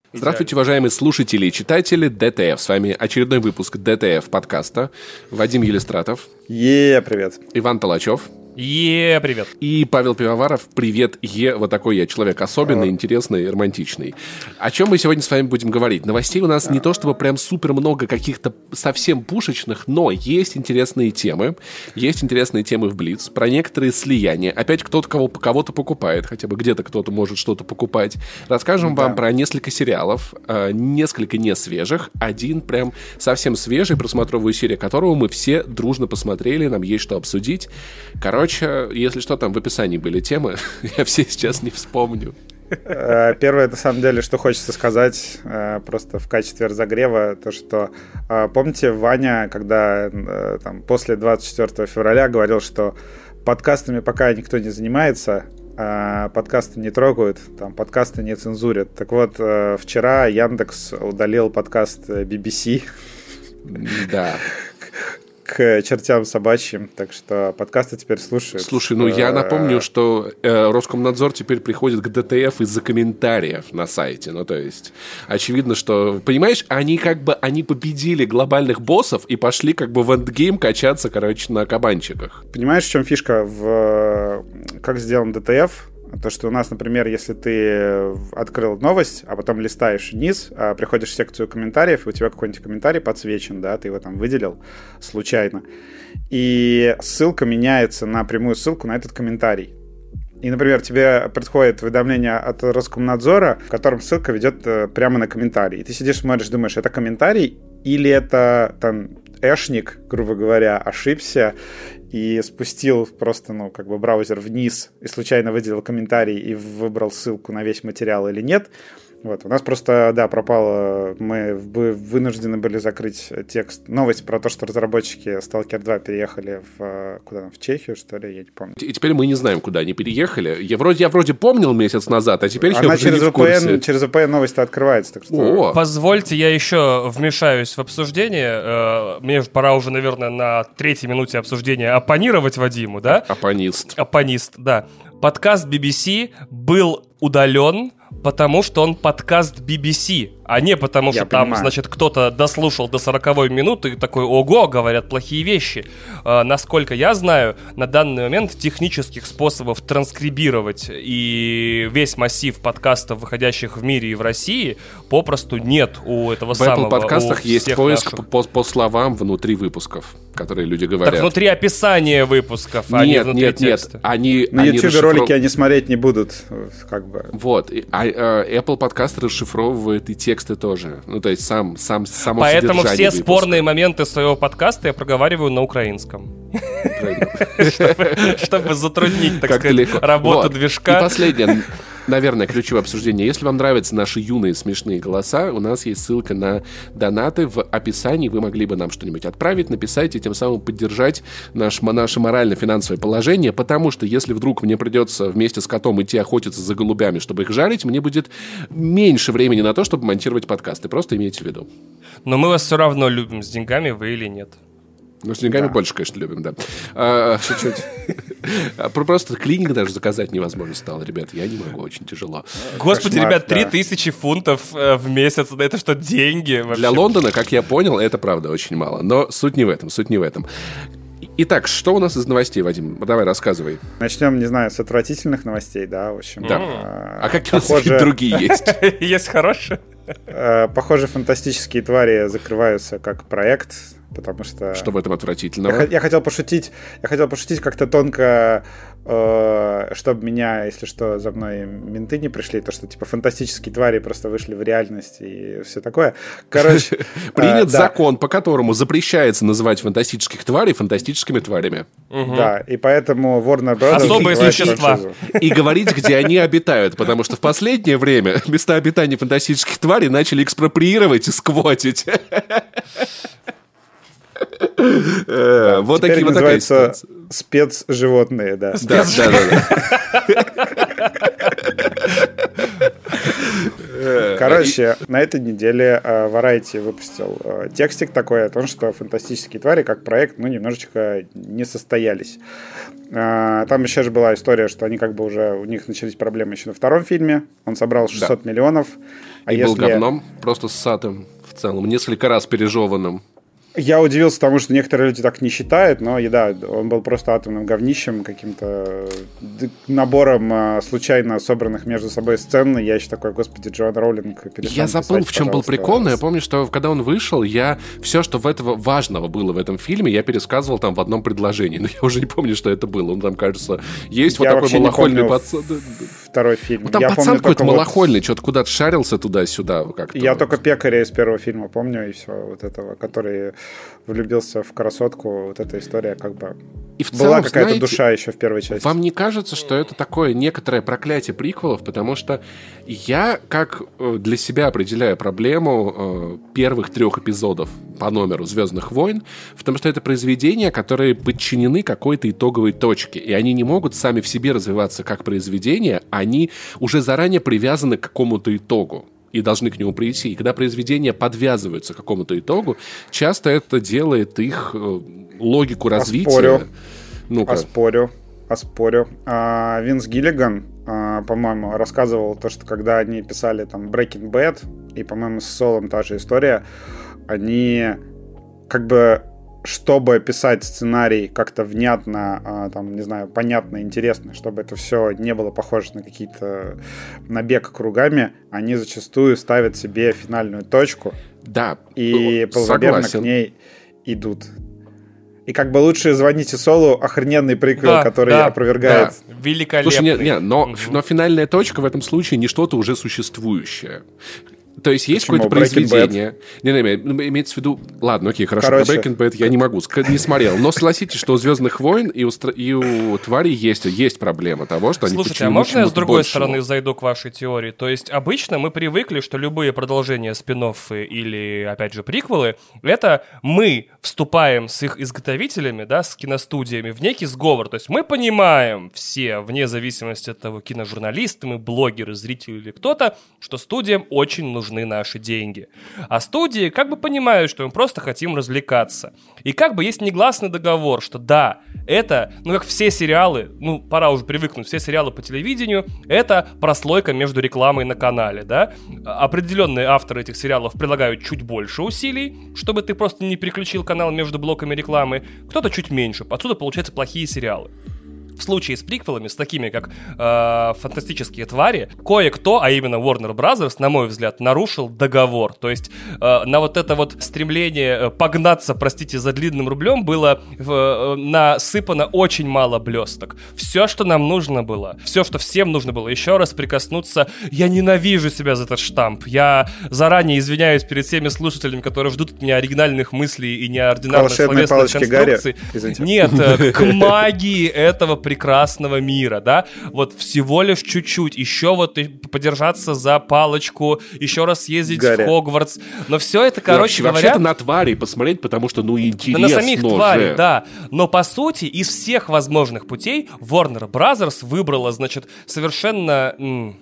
Здравствуйте, уважаемые слушатели и читатели ДТФ. С вами очередной выпуск ДТФ подкаста. Вадим Елистратов. Привет. Иван Толачев. Привет. И Павел Пивоваров. Привет, вот такой я человек особенный, интересный, романтичный. О чем мы сегодня с вами будем говорить? Новостей у нас не то чтобы прям супер много каких-то совсем пушечных, но есть интересные темы. Есть интересные темы в Блиц. Про некоторые слияния. Опять кто-то кого-то покупает, хотя бы где-то кто-то может что-то покупать. Расскажем вам про несколько сериалов, несколько не свежих. Один прям совсем свежий, просмотровую серию которого мы все дружно посмотрели, нам есть что обсудить. Короче, если что, там в описании были темы, я все сейчас не вспомню. Первое, на самом деле, что хочется сказать, просто в качестве разогрева, то, что, помните, Ваня, когда там, после 24 февраля говорил, что подкастами пока никто не занимается, подкасты не трогают, там, подкасты не цензурят. Так вот, вчера Яндекс удалил подкаст BBC. Да. К чертям собачьим, так что подкасты теперь слушают. Слушай, я напомню, что Роскомнадзор теперь приходит к ДТФ из-за комментариев на сайте. То есть, очевидно, что, понимаешь, они победили глобальных боссов и пошли в эндгейм качаться, на кабанчиках. Понимаешь, в чем фишка как сделан ДТФ? То, что у нас, например, если ты открыл новость, а потом листаешь вниз, приходишь в секцию комментариев, и у тебя какой-нибудь комментарий подсвечен, да, ты его там выделил случайно, и ссылка меняется на прямую ссылку на этот комментарий. И, например, тебе приходит уведомление от Роскомнадзора, в котором ссылка ведет прямо на комментарий. И ты сидишь, смотришь, думаешь, это комментарий или это там эшник, грубо говоря, ошибся и спустил просто, браузер вниз и случайно выделил комментарий и выбрал ссылку на весь материал или нет. Вот, у нас просто, пропало, мы вынуждены были закрыть новость про то, что разработчики Stalker 2 переехали в Чехию, что ли, я не помню. И теперь мы не знаем, куда они переехали. Я вроде помнил месяц назад, а теперь она я уже не в курсе. Через VPN новость-то открывается. Так что... Позвольте, я еще вмешаюсь в обсуждение. Мне пора уже, наверное, на 3-й минуте обсуждения оппонировать Вадиму, да? Оппонист, да. Подкаст BBC был удален, потому что он подкаст BBC, а не потому что там, кто-то дослушал до 40-й минуты и такой: ого, говорят плохие вещи. Насколько я знаю, на данный момент технических способов транскрибировать и весь массив подкастов, выходящих в мире и в России, попросту нет у этого самого. В Apple подкастах есть поиск по словам внутри выпусков, которые люди говорят. Так внутри описания выпусков, а не внутри текста. На YouTube ролики они смотреть не будут, Вот. Apple подкаст расшифровывает и тексты тоже. То есть само Поэтому содержание все выпуска. Спорные моменты своего подкаста я проговариваю на украинском. Чтобы затруднить, так сказать, работу движка. И последнее, наверное, ключевое обсуждение. Если вам нравятся наши юные смешные голоса, у нас есть ссылка на донаты в описании. Вы могли бы нам что-нибудь отправить, написать и тем самым поддержать наше морально-финансовое положение, потому что если вдруг мне придется вместе с котом идти охотиться за голубями, чтобы их жарить, мне будет меньше времени на то, чтобы монтировать подкасты. Просто имейте в виду. Но мы вас все равно любим, с деньгами вы или нет. С деньгами больше, конечно, любим, да. Чуть-чуть. Просто клининг даже заказать невозможно стало, ребят. Я не могу, очень тяжело. Господи, ребят, 3000 фунтов в месяц. Это что, деньги вообще? Для Лондона, как я понял, это правда очень мало. Но суть не в этом. Итак, что у нас из новостей, Вадим? Давай, рассказывай. Начнем, не знаю, с отвратительных новостей, да, в общем. Да. А какие у нас другие есть? Есть хорошие. Похоже, фантастические твари закрываются как проект, потому что... Что в этом отвратительного? Я хотел пошутить как-то тонко, чтобы меня, если что, за мной менты не пришли, то что, фантастические твари просто вышли в реальность и все такое. Короче... Принят закон, по которому запрещается называть фантастических тварей фантастическими тварями. Да, и поэтому Warner Bros. Особые существа. И говорить, где они обитают, потому что в последнее время места обитания фантастических тварей начали экспроприировать и сквотить. Вот такие вот называются спецживотные, да. Да. Короче, на этой неделе Variety выпустил текстик такой о том, что «Фантастические твари» как проект, немножечко не состоялись. Там еще же была история, что они как бы уже, у них начались проблемы еще на втором фильме. Он собрал 600 миллионов. И был говном, просто ссатым в целом, несколько раз пережеванным. Я удивился тому, что некоторые люди так не считают, но да, он был просто атомным говнищем, каким-то набором случайно собранных между собой сцен. Я еще такой, господи, Джоан Роулинг, я забыл, в чем был прикол, но я помню, что когда он вышел, все, что важного было в этом фильме, я пересказывал там в одном предложении. Но я уже не помню, что это было. Он там, кажется, есть я вот такой малохольный пацан. Второй фильм. Ну, там я пацан какой-то малохольный, что-то куда-то шарился туда-сюда. Как-то. Я только пекаря из первого фильма помню, и все вот этого, который влюбился в красотку. Вот эта история как бы... И в была целом, какая-то знаете, душа еще в первой части. Вам не кажется, что это такое некоторое проклятие приквелов? Потому что я как для себя определяю проблему первых 3 эпизодов по номеру «Звездных войн», потому что это произведения, которые подчинены какой-то итоговой точке, и они не могут сами в себе развиваться как произведения, они уже заранее привязаны к какому-то итогу и должны к нему прийти. И когда произведения подвязываются к какому-то итогу, часто это делает их логику развития. Оспорю. Винс Гиллиган, по-моему, рассказывал то, что когда они писали там Breaking Bad, и, по-моему, с Солом та же история, они как бы, чтобы писать сценарий как-то внятно, там, не знаю, понятно, интересно, чтобы это все не было похоже на какие-то набег кругами, они зачастую ставят себе финальную точку. Да, и ползаберно к ней идут. И как бы лучше «Звоните Солу» охрененный приквел, который опровергает. Да. Великолепный. Слушай, но финальная точка в этом случае не что-то уже существующее. То есть есть какое-то произведение. Имеется в виду... Ладно, окей, хорошо, про Breaking Bad я не могу, не смотрел. Но согласитесь, что у «Звездных войн» и у «Тварей» есть проблема того, что они... Слушайте, а можно я с другой стороны зайду к вашей теории? То есть обычно мы привыкли, что любые продолжения, спин-оффы или, опять же, приквелы, это мы вступаем с их изготовителями, да, с киностудиями в некий сговор. То есть мы понимаем все, вне зависимости от того, киножурналисты, мы, блогеры, зрители или кто-то, что студиям очень нужны наши деньги. А студии как бы понимают, что мы просто хотим развлекаться. И как бы есть негласный договор, что да, это, как все сериалы, пора уже привыкнуть, все сериалы по телевидению, это прослойка между рекламой на канале, да. Определенные авторы этих сериалов прилагают чуть больше усилий, чтобы ты просто не переключил канал между блоками рекламы, кто-то чуть меньше. Отсюда получаются плохие сериалы. В случае с приквелами, с такими как «Фантастические твари», кое-кто, а именно Warner Bros., на мой взгляд, нарушил договор. То есть на вот это вот стремление погнаться, простите, за длинным рублем было насыпано очень мало блесток. Все, что нам нужно было, все, что всем нужно было, еще раз прикоснуться. Я ненавижу себя за этот штамп. Я заранее извиняюсь перед всеми слушателями, которые ждут от меня оригинальных мыслей и неординарных словесных конструкций. Нет, к магии этого прекрасного мира, да, вот всего лишь чуть-чуть, еще вот подержаться за палочку, еще раз съездить в Хогвартс, но все это, короче говоря... Вообще-то на тварей посмотреть, потому что, интересно на самих тварей, да, но по сути из всех возможных путей Warner Bros. Выбрала, значит, совершенно...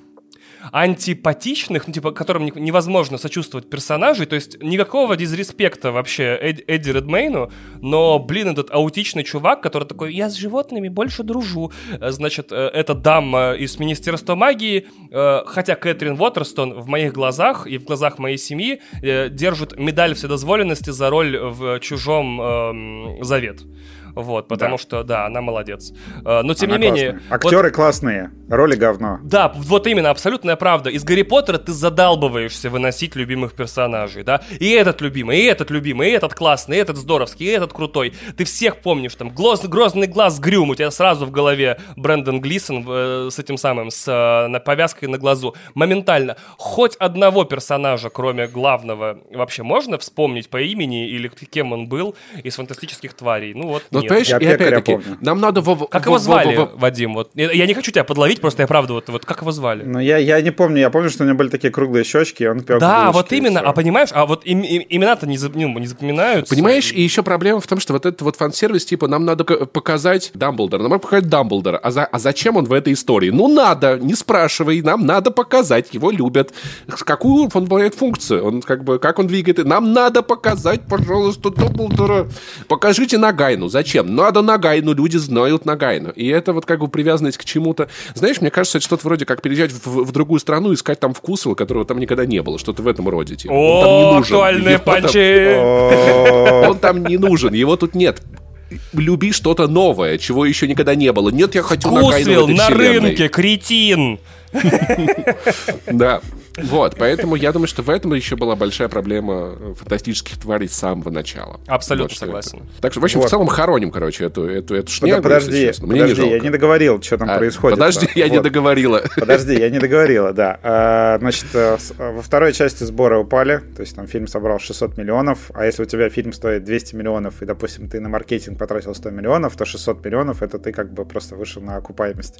антипатичных, которым невозможно сочувствовать персонажей, то есть никакого дизреспекта вообще Эдди Редмейну, но, этот аутичный чувак, который такой, я с животными больше дружу, значит, эта дама из Министерства магии, хотя Кэтрин Уотерстон в моих глазах и в глазах моей семьи держит медаль вседозволенности за роль в «Чужом Завет». Вот, потому что, да, она молодец. Но, тем не менее... Актеры классные, роли говно. Да, вот именно, абсолютная правда. Из «Гарри Поттера» ты задалбываешься выносить любимых персонажей, да? И этот любимый, и этот классный, и этот здоровский, и этот крутой. Ты всех помнишь, там, грозный глаз Грюм, у тебя сразу в голове Брэндон Глисон с этим самым, с повязкой на глазу. Моментально. Хоть одного персонажа, кроме главного, вообще можно вспомнить по имени или кем он был из «Фантастических тварей»? понимаешь, и опять-таки, нам надо... Как его звали, Вадим? Вот. Я не хочу тебя подловить, просто я правда, вот как его звали? Ну, я не помню, я помню, что у него были такие круглые щечки, и он пёк. Да, вот именно, а понимаешь, а вот имена-то не запоминаются. Понимаешь, и еще проблема в том, что вот этот вот фан-сервис, типа, нам надо показать Дамблдора, нам надо показать Дамблдора, а зачем он в этой истории? Ну, надо, не спрашивай, нам надо показать, его любят. Какую он выполняет функцию? Он как бы, как он двигает? Нам надо показать, пожалуйста, Дамблдора. Покажите Нагайну. Зачем? Надо Нагайну, люди знают Нагайну. И это вот как бы привязанность к чему-то. Знаешь, мне кажется, это что-то вроде как переезжать в другую страну, искать там вкус, которого там никогда не было. Что-то в этом роде. Типа. О, актуальные панчи! Он там не нужен, его тут нет. Люби что-то новое, чего еще никогда не было. Нет, я хочу Нагайну в этой на вселенной. Рынке, кретин! Да. Вот, поэтому я думаю, что в этом еще была большая проблема фантастических тварей с самого начала. Абсолютно вот, согласен. Это. Так что, в общем, в целом хороним, короче, эту шнягу. Подожди, я не договорил, что там происходит. Подожди, я не договорила. Подожди, я не договорила, да. Значит, во второй части сборы упали, то есть там фильм собрал 600 миллионов, а если у тебя фильм стоит 200 миллионов, и, допустим, ты на маркетинг потратил 100 миллионов, то 600 миллионов, это ты как бы просто вышел на окупаемость.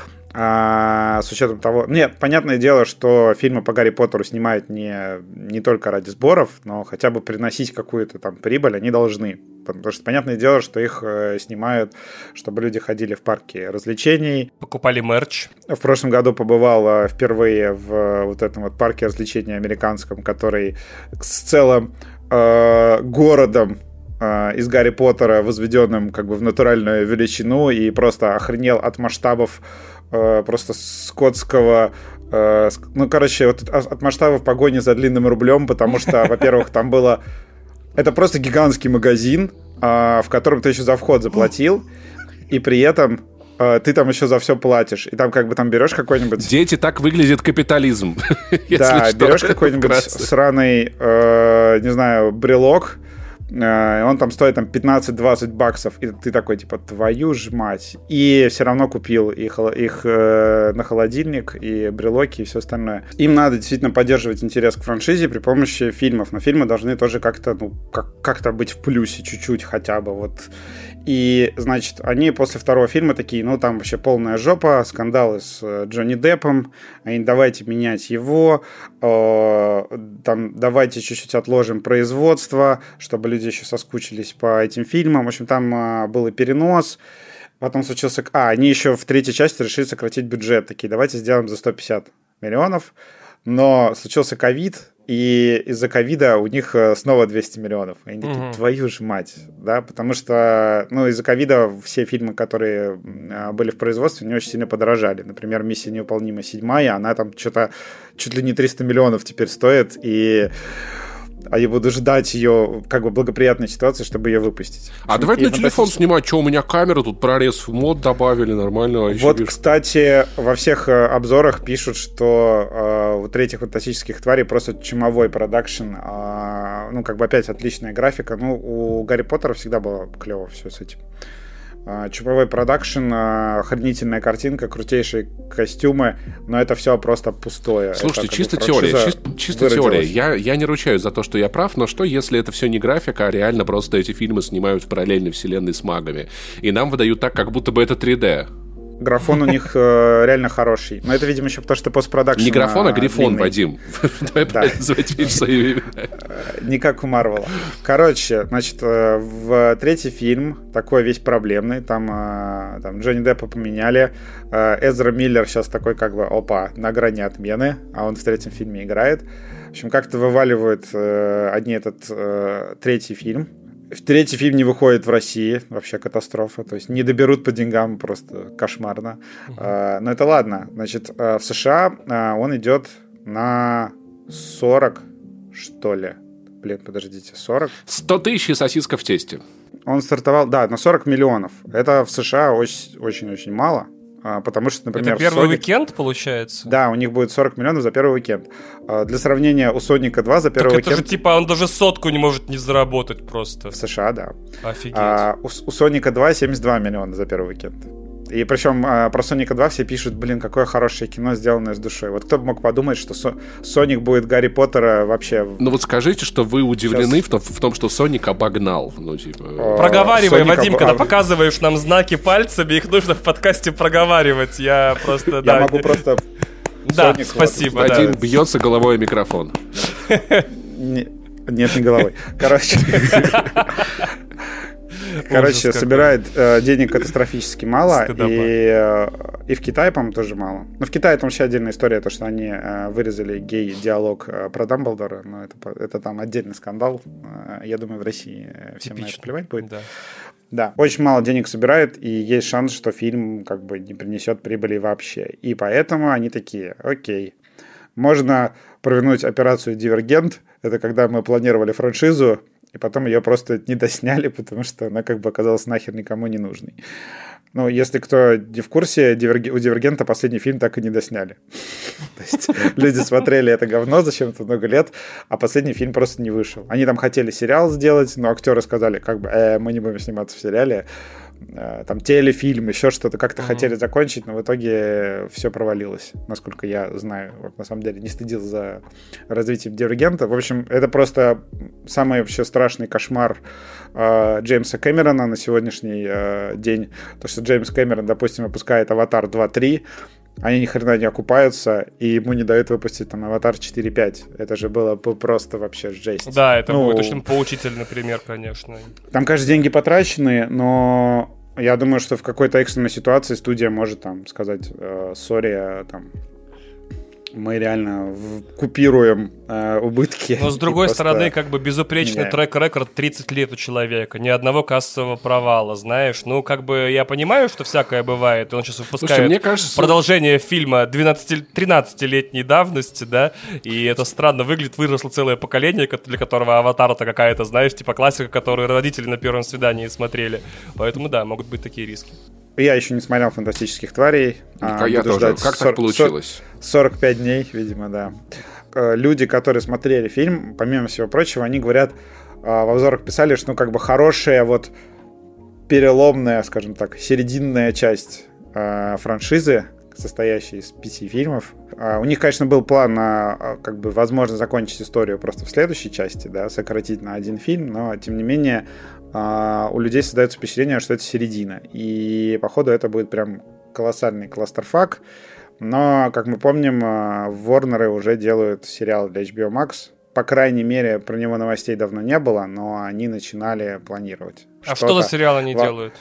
С учетом того... Нет, понятное дело, что фильмы по Гарри Поттеру снимают не только ради сборов, но хотя бы приносить какую-то там прибыль они должны. Потому что понятное дело, что их снимают, чтобы люди ходили в парки развлечений. Покупали мерч. В прошлом году побывал впервые в вот этом вот парке развлечений американском, который с целым городом из Гарри Поттера, возведенным как бы в натуральную величину, и просто охренел от масштабов просто скотского... Ну, короче, вот от масштабов погони за длинным рублем, потому что, во-первых, там было... Это просто гигантский магазин, в котором ты еще за вход заплатил, и при этом ты там еще за все платишь. И там как бы там берешь какой-нибудь... Дети, так выглядит капитализм. Да, берешь какой-нибудь сраный, не знаю, брелок, он там стоит там 15-20 баксов, и ты такой, типа, твою ж мать. И все равно купил их на холодильник, и брелоки, и все остальное. Им надо действительно поддерживать интерес к франшизе при помощи фильмов, но фильмы должны тоже как-то, ну, как-то быть в плюсе чуть-чуть хотя бы, вот. И, значит, они после второго фильма такие, ну, там вообще полная жопа, скандалы с Джонни Деппом, они, давайте менять его, там, давайте чуть-чуть отложим производство, чтобы люди еще соскучились по этим фильмам. В общем, там был и перенос. Потом случился... они еще в третьей части решили сократить бюджет. Такие, давайте сделаем за 150 миллионов. Но случился ковид, и из-за ковида у них снова 200 миллионов. И они такие, твою ж мать. Да? Потому что, ну, из-за ковида все фильмы, которые были в производстве, не очень сильно подорожали. Например, «Миссия невыполнима 7», она там что-то чуть ли не 300 миллионов теперь стоит, и... А я буду ждать ее, как бы, благоприятной ситуации, чтобы ее выпустить. А давайте на телефон снимать, что у меня камера, тут прорез в мод добавили, нормально. Вот, кстати, во всех обзорах пишут, что у третьих фантастических тварей просто чумовой продакшн, ну, как бы, опять отличная графика. Ну, у Гарри Поттера всегда было клево все с этим. Чумовой продакшн, охренительная картинка, крутейшие костюмы, но это все просто пустое. Слушайте, это, чисто теория, чисто теория. Я не ручаюсь за то, что я прав, но что, если это все не графика, а реально просто эти фильмы снимают в параллельной вселенной с магами, и нам выдают так, как будто бы это 3D? Графон у них реально хороший. Но это, видимо, еще потому, что постпродакшн. Не графон, а грифон, Вадим. Давай называть вещи своими именами. Не как у Марвела. Короче, значит, в третий фильм, такой весь проблемный, там Джонни Деппа поменяли, Эзра Миллер сейчас такой, как бы, опа, на грани отмены, а он в третьем фильме играет. В общем, как-то вываливают одни этот третий фильм. Третий фильм не выходит в России, вообще катастрофа, то есть не доберут по деньгам, просто кошмарно. Но это ладно, значит, в США он идет на 40, что ли? Блин, подождите, 40? 100 тысяч и сосиска в тесте. Он стартовал, да, на 40 миллионов. Это в США очень-очень мало. Потому что, например... Это первый уикенд, получается? Да, у них будет 40 миллионов за первый уикенд. Для сравнения, у Соника 2 за первый уикенд... это же типа он даже 100 не может не заработать просто. В США, да. Офигеть. У Соника 2 72 миллиона за первый уикенд. И причем про Соника 2 все пишут, блин, какое хорошее кино, сделанное с душой. Вот кто бы мог подумать, что Соник будет Гарри Поттера вообще... Ну вот скажите, что вы удивлены в том, что Соник обогнал. Ну, типа... Проговаривай, Вадим, когда показываешь нам знаки пальцами, их нужно в подкасте проговаривать. Я просто... Я могу просто... Да, спасибо. Вадим бьется головой о микрофон. Нет, не головой. Короче, собирает денег катастрофически мало, и в Китае, по-моему, тоже мало. Но в Китае там вообще отдельная история, то, что они вырезали гей-диалог про Дамблдора, но это там отдельный скандал. Я думаю, в России всем на это плевать будет. Да, очень мало денег собирает, и есть шанс, что фильм как бы не принесет прибыли вообще. И поэтому они такие, окей, можно провернуть операцию «Дивергент», это когда мы планировали франшизу, и потом ее просто не досняли, потому что она как бы оказалась нахер никому не нужной. Ну, если кто не в курсе, у «Дивергента» последний фильм так и не досняли. То есть люди смотрели это говно зачем-то много лет, а последний фильм просто не вышел. Они там хотели сериал сделать, но актеры сказали, как бы, мы не будем сниматься в сериале. Там телефильм, еще что-то как-то хотели закончить, но в итоге все провалилось, насколько я знаю. Вот, на самом деле не стыдил за развитием «Дивергента». В общем, это просто самый вообще страшный кошмар Джеймса Кэмерона на сегодняшний день. То, что Джеймс Кэмерон, допустим, выпускает «Аватар 2.3», они ни хрена не окупаются, и ему не дают выпустить там «Аватар 4.5». Это же было просто вообще жесть. Да, это будет очень поучительный пример, конечно. Там, конечно, деньги потрачены, но я думаю, что в какой-то экстренной ситуации студия может там сказать сори, там, мы реально купируем убытки. Но с другой стороны, как бы безупречный трек-рекорд 30 лет у человека, ни одного кассового провала, знаешь. Ну, как бы я понимаю, что всякое бывает, и он сейчас выпускает мне кажется... продолжение фильма 13-летней давности, да, и это странно выглядит, выросло целое поколение, для которого «Аватар» это какая-то, знаешь, типа классика, которую родители на первом свидании смотрели. Поэтому, да, могут быть такие риски. Я еще не смотрел «Фантастических тварей». Я тоже. Как так получилось? 45 дней, видимо, да. Люди, которые смотрели фильм, помимо всего прочего, они говорят, в обзорах писали, что, ну, как бы хорошая вот переломная, скажем так, серединная часть франшизы, состоящая из 5 фильмов. У них, конечно, был план на, как бы, возможно, закончить историю просто в следующей части, да, сократить на один фильм, но, тем не менее, у людей создается впечатление, что это середина. И, походу, это будет прям колоссальный кластерфак. Но, как мы помним, Warner уже делают сериал для HBO Max. По крайней мере, про него новостей давно не было, но они начинали планировать. А что за сериал они делают?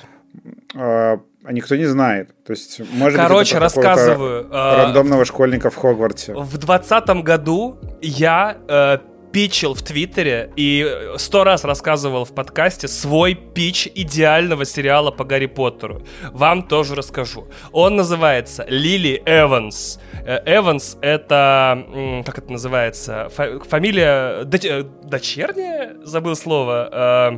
Никто не знает. То есть, может быть, рассказываю. Рандомного школьника в Хогвартсе. В 2020 году я питчил в Твиттере и 100 раз рассказывал в подкасте свой питч идеального сериала по Гарри Поттеру. Вам тоже расскажу. Он называется «Лили Эванс». Эванс — это... Как это называется? Фамилия... Дочерняя? Забыл слово.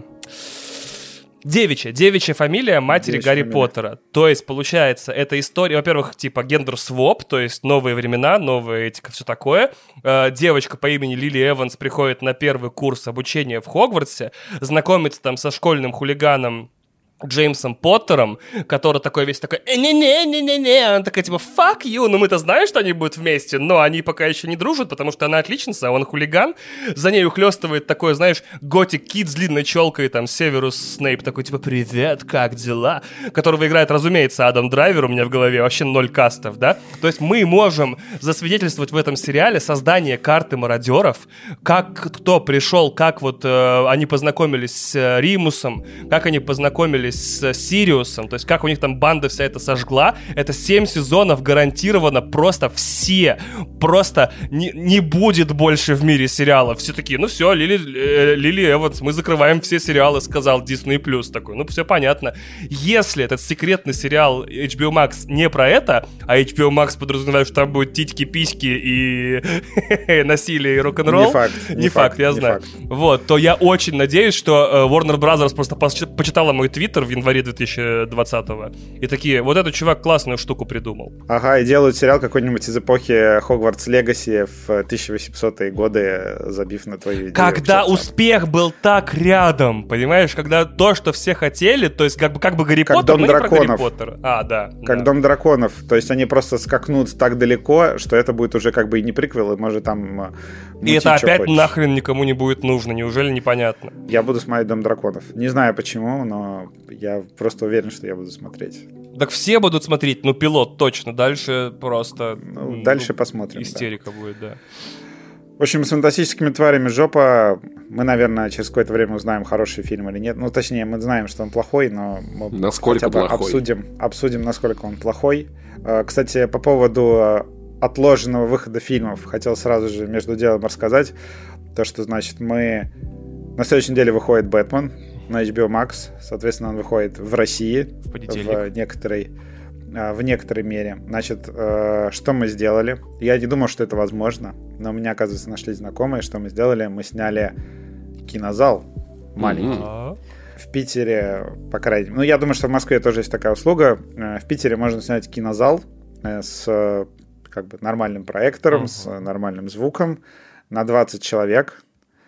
Девичья фамилия матери Гарри Поттера. То есть, получается, это история, во-первых, типа гендер-своп, то есть новые времена, новая этика, все такое. Девочка по имени Лили Эванс приходит на первый курс обучения в Хогвартсе, знакомится там со школьным хулиганом Джеймсом Поттером, который такой весь такой не-не-не-не-не, она такая типа fuck you, ну мы-то знаем, что они будут вместе, но они пока еще не дружат, потому что она отличница, а он хулиган. За ней ухлёстывает такой, знаешь, готик-кид с длинной челкой, там, Северус Снейп, такой типа привет, как дела? Которого играет, разумеется, Адам Драйвер, у меня в голове вообще 0 кастов, да? То есть мы можем засвидетельствовать в этом сериале создание карты мародеров, как кто пришел, как вот они познакомились с Римусом, как они познакомились с Сириусом, то есть как у них там банда вся это сожгла. Это 7 сезонов гарантированно просто все. Просто не будет больше в мире сериалов. Все такие, ну все, Лили Эванс, мы закрываем все сериалы, сказал Disney+. Такой, ну все понятно. Если этот секретный сериал HBO Max не про это, а HBO Max подразумевает, что там будут титьки, письки и насилие и рок-н-ролл. Не факт, я знаю. Вот, то я очень надеюсь, что Warner Brothers просто почитала мой твит Твиттер в январе 2020-го и такие, вот этот чувак классную штуку придумал. Ага, и делают сериал какой-нибудь из эпохи Хогвартс Легаси в 1800-е годы, забив на твою идею. Когда успех был так рядом, понимаешь? Когда то, что все хотели, то есть как бы Гарри как Поттер, Дом но драконов. не про Гарри Поттера. Да. Как Дом драконов. То есть они просто скакнут так далеко, что это будет уже как бы и не приквел, и может там... И это опять нахрен никому не будет нужно. Неужели непонятно? Я буду смотреть Дом драконов. Не знаю почему, но я просто уверен, что я буду смотреть. Так все будут смотреть, пилот точно. Дальше просто... дальше посмотрим. Истерика будет, да. В общем, с фантастическими тварями жопа. Мы, наверное, через какое-то время узнаем, хороший фильм или нет. Точнее, мы знаем, что он плохой, но мы насколько хотя бы обсудим, насколько он плохой. Кстати, по поводу отложенного выхода фильмов хотел сразу же между делом рассказать. То, что, значит, на следующей неделе выходит «Бэтмен» на HBO Max. Соответственно, он выходит в России в некоторой мере. Значит, что мы сделали? Я не думал, что это возможно, но у меня, оказывается, нашлись знакомые. Что мы сделали? Мы сняли кинозал маленький. В Питере, по крайней мере... я думаю, что в Москве тоже есть такая услуга. В Питере можно снять кинозал с как бы нормальным проектором, с нормальным звуком на 20 человек.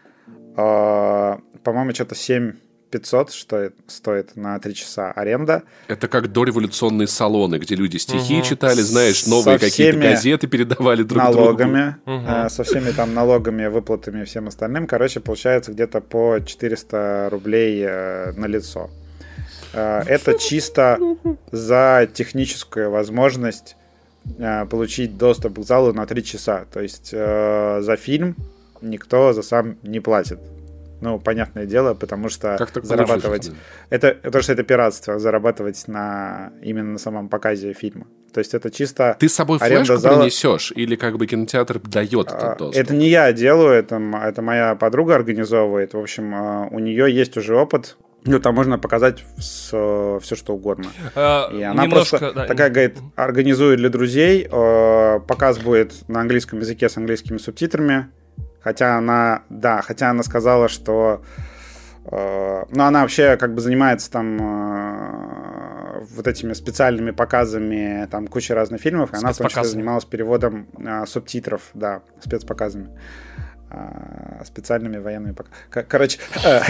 По-моему, что-то 7500 стоит на 3 часа аренда. Это как дореволюционные салоны, где люди стихи читали, знаешь, новые какие-то газеты передавали друг налогами, другу. Со всеми там налогами, выплатами и всем остальным. Короче, получается где-то по 400 рублей на лицо. Это чисто за техническую возможность получить доступ к залу на 3 часа. То есть за фильм никто за сам не платит. Понятное дело, потому что зарабатывать... Потому что это пиратство, зарабатывать именно на самом показе фильма. То есть это чисто... Ты с собой флешку принесешь? Или как бы кинотеатр дает этот доступ? Это не я делаю, это моя подруга организовывает. В общем, у нее есть уже опыт. Там можно показать все, что угодно. И она просто такая говорит, организую для друзей. Показ будет на английском языке с английскими субтитрами. Хотя она сказала, что... она вообще как бы занимается там вот этими специальными показами, там куча разных фильмов. И она в том числе занималась переводом субтитров, да, спецпоказами. Специальными военными показами.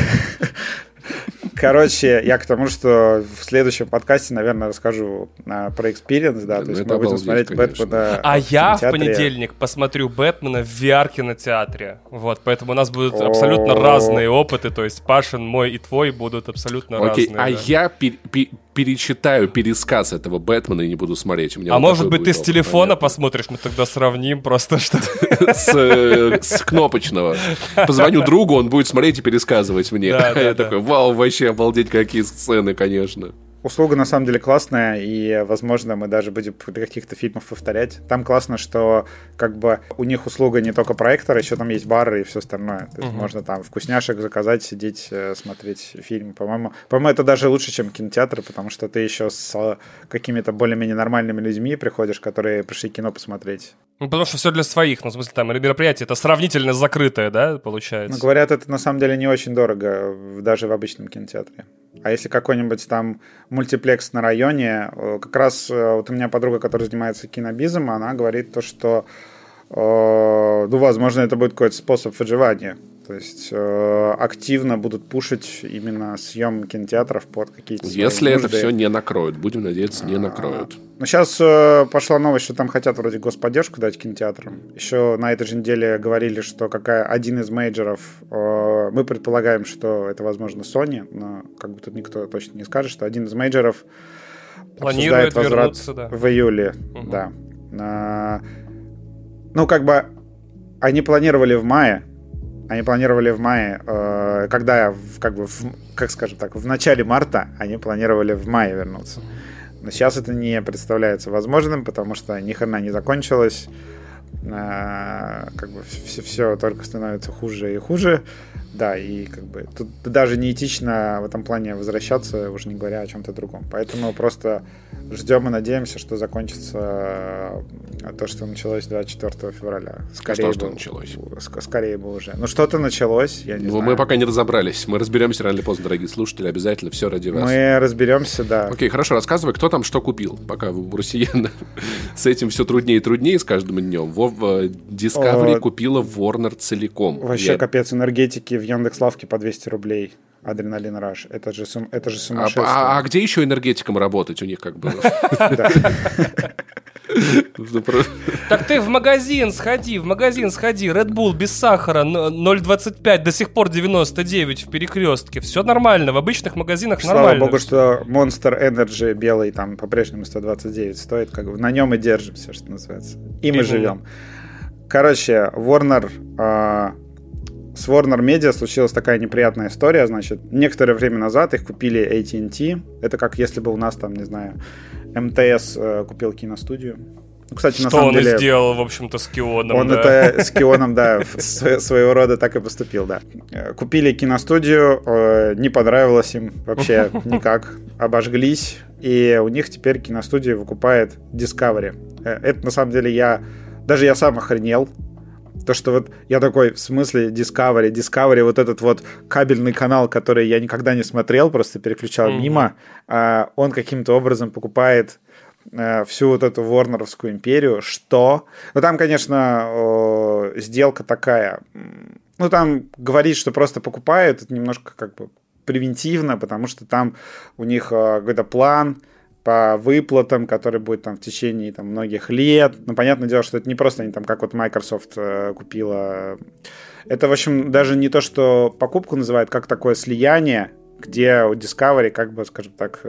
Короче, я к тому, что в следующем подкасте, наверное, расскажу про экспириенс, да, то есть мы будем смотреть Бэтмена. А я в понедельник посмотрю Бэтмена в VR-кинотеатре. Вот, поэтому у нас будут абсолютно разные опыты, то есть Пашин, мой и твой будут абсолютно разные. А я перечитаю пересказ этого Бэтмена и не буду смотреть. А может быть, ты с телефона посмотришь, мы тогда сравним просто что с кнопочного. Позвоню другу, он будет смотреть и пересказывать мне. Я такой, вау, вообще обалдеть, какие сцены, конечно. Услуга на самом деле классная, и, возможно, мы даже будем каких-то фильмов повторять. Там классно, что как бы у них услуга не только проектора, еще там есть бары и все остальное. То есть можно там вкусняшек заказать, сидеть, смотреть фильм. По-моему, это даже лучше, чем кинотеатр, потому что ты еще с какими-то более-менее нормальными людьми приходишь, которые пришли кино посмотреть. Потому что все для своих, в смысле, там, мероприятие это сравнительно закрытое, да, получается? Говорят, это на самом деле не очень дорого, даже в обычном кинотеатре. А если какой-нибудь там мультиплекс на районе, как раз вот у меня подруга, которая занимается кинобизом, она говорит то, что, возможно, это будет какой-то способ выживания. То есть активно будут пушить именно съем кинотеатров под какие-то свои Если нужды. это все не накроют, будем надеяться, не накроют. Но сейчас пошла новость, что там хотят вроде господдержку дать кинотеатрам. Еще на этой же неделе говорили, что один из мейджоров, мы предполагаем, что это, возможно, Sony, но как бы тут никто точно не скажет, что один из мейджоров планирует возврат вернуться, да. В июле. Да. Они планировали в мае. Когда, в начале марта они планировали в мае вернуться. Но сейчас это не представляется возможным, потому что ни хрена не закончилось. Все только становится хуже и хуже. Да, и как бы тут даже неэтично в этом плане возвращаться, уже не говоря о чем-то другом. Поэтому просто ждем и надеемся, что закончится то, что началось 24 февраля. Скорее что началось? Скорее бы уже. Ну, что-то началось, я не знаю. Мы пока не разобрались. Мы разберемся рано или поздно, дорогие слушатели, обязательно все ради вас. Мы разберемся, да. Окей, хорошо, рассказывай, кто там что купил, пока у россиян с этим все труднее и труднее с каждым днем. Discovery купила Warner целиком. Вообще капец, энергетики в Яндекс.Лавке по 200 рублей. Адреналин Раш. Это же сумасшествие. А где еще энергетикам работать у них как бы? Так ты в магазин сходи. Red Bull без сахара 0,25, до сих пор 99 в Перекрестке. Все нормально, в обычных магазинах нормально. Слава богу, что Monster Energy белый там по-прежнему 129 стоит. Как бы на нем и держимся, что называется. И мы живем. Короче, с Warner Media случилась такая неприятная история. Значит, некоторое время назад их купили AT&T. Это как если бы у нас там, не знаю, МТС купил киностудию. Ну, кстати, что на самом деле... он и сделал, в общем-то, с Кионом. Он это с Кионом, да, своего рода так и поступил, да. Купили киностудию, не понравилось им вообще никак. Обожглись. И у них теперь киностудия выкупает Discovery. Это, на самом деле, даже я сам охренел. То, что вот я такой, в смысле Discovery, вот этот вот кабельный канал, который я никогда не смотрел, просто переключал мимо, он каким-то образом покупает всю вот эту Ворнеровскую империю. Что? Ну, там, конечно, сделка такая. Ну, там говорит, что просто покупает, это немножко как бы превентивно, потому что там у них какой-то план по выплатам, который будет там в течение там многих лет. Ну, понятное дело, что это не просто они там, как вот Microsoft купила. Это, в общем, даже не то, что покупку называют, как такое слияние, где у Discovery, как бы, скажем так,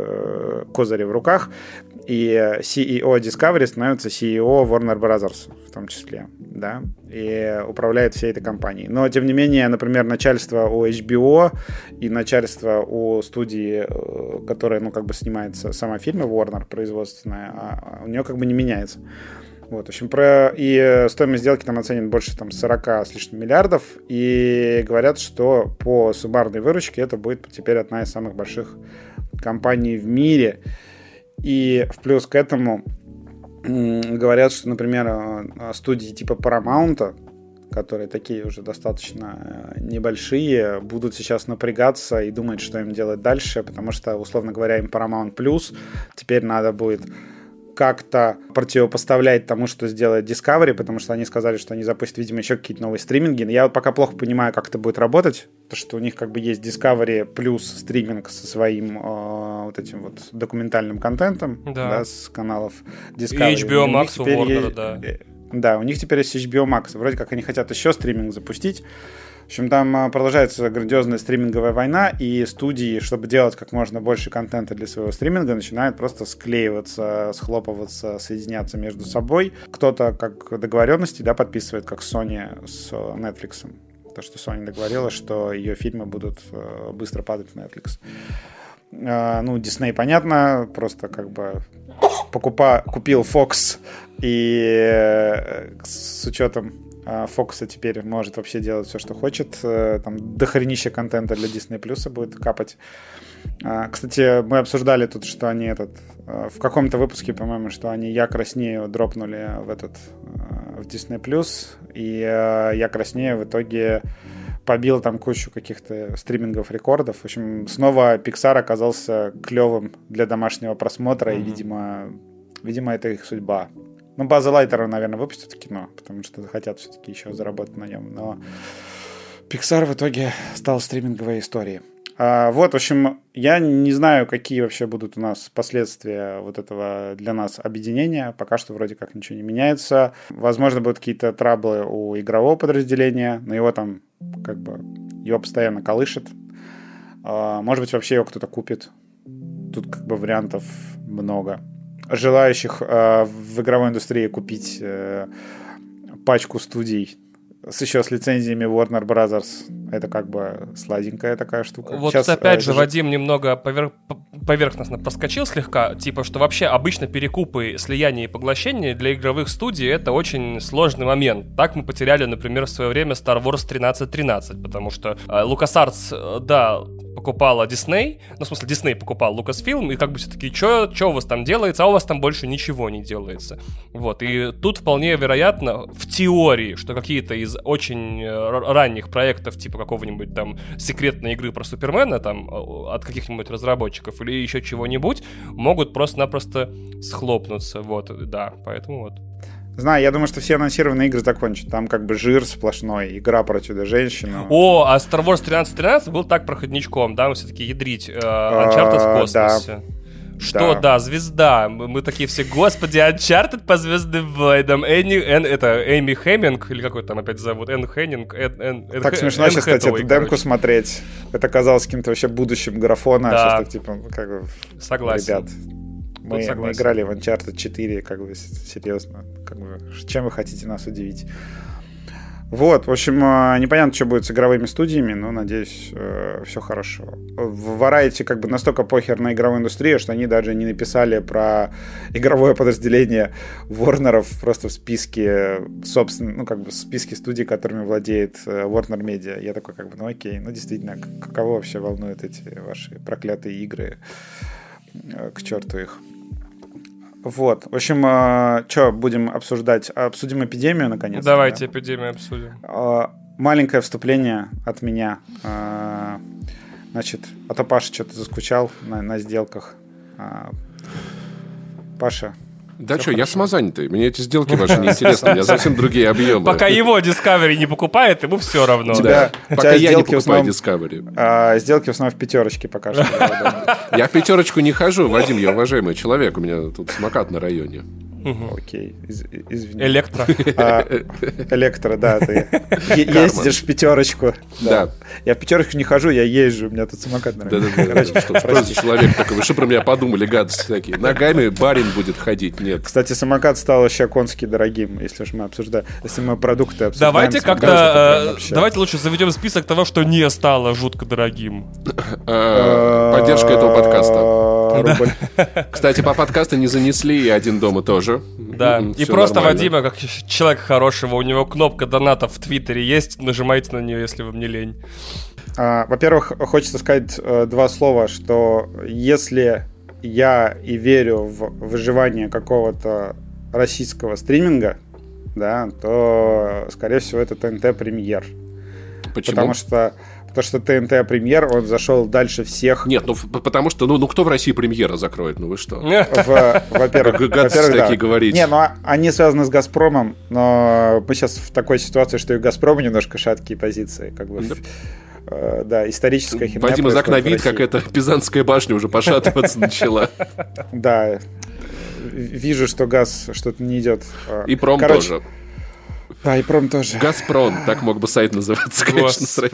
козыри в руках, и CEO Discovery становится CEO Warner Brothers в том числе, да, и управляет всей этой компанией. Но, тем не менее, например, начальство у HBO и начальство у студии, которая, ну, как бы снимается сама фильмы Warner производственная, у нее как бы не меняется. Вот, в общем, и стоимость сделки там оценена больше там 40 с лишним миллиардов, и говорят, что по суммарной выручке это будет теперь одна из самых больших компаний в мире. И в плюс к этому говорят, что, например, студии типа Paramount, которые такие уже достаточно небольшие, будут сейчас напрягаться и думать, что им делать дальше, потому что, условно говоря, им Paramount Plus теперь надо будет как-то противопоставлять тому, что сделает Discovery, потому что они сказали, что они запустят, видимо, еще какие-то новые стриминги. Я вот пока плохо понимаю, как это будет работать, потому что у них как бы есть Discovery плюс стриминг со своим вот этим вот документальным контентом, да, с каналов Discovery. И HBO Max у Warner, да. Да, у них теперь есть HBO Max. Вроде как они хотят еще стриминг запустить. В общем, там продолжается грандиозная стриминговая война, и студии, чтобы делать как можно больше контента для своего стриминга, начинают просто склеиваться, схлопываться, соединяться между собой. Кто-то как договоренности, да, подписывает, как Sony с Netflix. То, что Sony договорилась, что ее фильмы будут быстро падать в Netflix. Ну, Disney, понятно, просто как бы купил Fox, и с учетом Fox теперь может вообще делать все, что хочет. Там дохренища контента для Disney Plus будет капать. Кстати, мы обсуждали тут, что они в каком-то выпуске, по-моему, что они «Я краснею» дропнули в Disney Plus, и «Я краснею» в итоге побил там кучу каких-то стримингов, рекордов. В общем, снова Pixar оказался клевым для домашнего просмотра, и, видимо, это их судьба. Ну, База Лайтера, наверное, выпустят кино, потому что хотят все-таки еще заработать на нем. Но Pixar в итоге стал стриминговой историей. Вот, в общем, я не знаю, какие вообще будут у нас последствия вот этого для нас объединения. Пока что вроде как ничего не меняется. Возможно, будут какие-то траблы у игрового подразделения, но его там как бы его постоянно колышет. Может быть, вообще его кто-то купит. Тут как бы вариантов много. Желающих в игровой индустрии купить пачку студий с лицензиями Warner Brothers, это как бы сладенькая такая штука. Вот сейчас, опять же, Вадим немного поверхностно проскочил слегка, типа, что вообще обычно перекупы, слияния и поглощения для игровых студий — это очень сложный момент. Так мы потеряли, например, в свое время Star Wars 1313, потому что LucasArts, да, покупала Disney, ну, в смысле, Disney покупал Lucasfilm, и как бы все такие, что у вас там делается, а у вас там больше ничего не делается. Вот, и тут вполне вероятно, в теории, что какие-то из очень ранних проектов, типа какого-нибудь там секретной игры про Супермена, там, от каких-нибудь разработчиков или еще чего-нибудь, могут просто-напросто схлопнуться, вот, да, поэтому вот. Знаю, я думаю, что все анонсированные игры закончат. Там как бы жир сплошной, игра про Чудо-женщину. О, а Star Wars 1313 был так проходничком, да, мы все-таки ядрить Uncharted в космосе. Да. Что, да, звезда. Мы такие все, господи, Uncharted по Звездным войнам. Эми Хэмминг, или какой там опять зовут? Энн Хэннинг. Так смешно сейчас, кстати, эту демку смотреть. Это казалось каким-то вообще будущим графона. Да. Сейчас так, типа, как бы... Согласен. Ребят, мы играли в Uncharted 4, как бы, серьезно. Как бы, чем вы хотите нас удивить? Вот, в общем, непонятно, что будет с игровыми студиями, но, надеюсь, все хорошо. В Variety как бы настолько похер на игровую индустрию, что они даже не написали про игровое подразделение Warner'ов просто в списке, собственно, ну, как бы в списке студий, которыми владеет Warner Media. Я такой, как бы, ну окей, ну, действительно, кого вообще волнуют эти ваши проклятые игры? К черту их. Вот. В общем, что будем обсуждать? Обсудим эпидемию, наконец-то. Давайте эпидемию обсудим. Маленькое вступление от меня. Значит, а то Паша что-то заскучал на сделках. Паша. Да что, я самозанятый. Мне эти сделки ваши не интересны. У меня совсем другие объемы. Пока его Discovery не покупает, ему все равно. Пока я не покупаю Discovery. Сделки в основном в пятерочке пока что. Я в пятерочку не хожу, Вадим, я уважаемый человек. У меня тут самокат на районе. Окей, извини. Электро, да, ты ездишь в пятерочку. Да. Я в пятерочку не хожу, я езжу, у меня тут самокат на районе. Да. Что за человек такой? Вы что про меня подумали, гадости такие? Ногами барин будет ходить, нет. Кстати, самокат стал вообще конски дорогим, если уж мы обсуждаем, если мы продукты обсуждаем. Давайте как-то, давайте лучше заведем список того, что не стало жутко дорогим. Поддержка этого подкаста. Кстати, по подкасту не занесли, и «Один дома» тоже. Да, и просто нормально. Вадима, как человек хорошего, у него кнопка доната в Твиттере есть, нажимайте на нее, если вам не лень. Во-первых, хочется сказать два слова, что если я и верю в выживание какого-то российского стриминга, да, то, скорее всего, это ТНТ Премьер. Почему? Потому что ТНТ Премьер, он зашел дальше всех. Нет, ну потому что, ну кто в России Премьера закроет, ну вы что? Во-первых, такие говорите. Не, ну они связаны с Газпромом, но мы сейчас в такой ситуации, что и Газпром немножко шаткие позиции, как бы. Да, историческая херня. Вадим из окна видит, как эта Пизанская башня уже пошатываться начала. Да, вижу, что газ что-то не идет. И пром тоже. Да, и пром тоже. Газпром, так мог бы сайт называться, конечно, с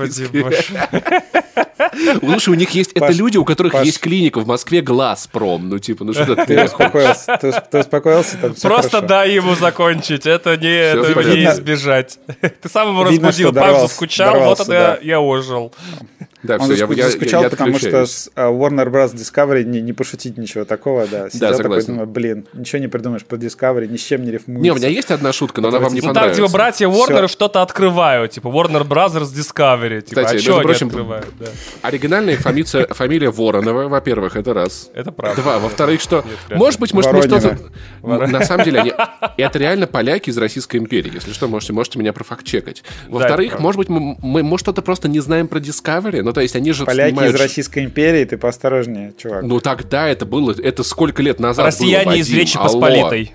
Лучше у них есть... Это люди, у которых есть клиника в Москве Глазпром. Ну, типа, ну что ты успокоился? Ты успокоился? Просто дай ему закончить. Это не избежать. Ты сам его разбудил. Паш заскучал, вот это я ожил. Да, он заскучал, потому что с Warner Bros. Discovery не пошутить ничего такого, да. Сидел такой, думаю, блин, ничего не придумаешь про Discovery, ни с чем не рифмуется. Не, у меня есть одна шутка, но она вам не понравится. Ну так, типа, братья Warner что-то открывают, типа Warner Brothers Discovery. Кстати, а что они открывают? Оригинальная фамилия Воронова, во-первых, это раз. Это правда. Два. Во-вторых, что, может быть, мы что-то... На самом деле, это реально поляки из Российской империи. Если что, можете меня профакт-чекать. Во-вторых, может быть, мы что-то просто не знаем про Discovery. Ну, то есть они же поляки снимают... из Российской империи, ты поосторожнее, чувак. Ну, тогда это было... Это сколько лет назад Россияне было, Вадим? из Речи Посполитой.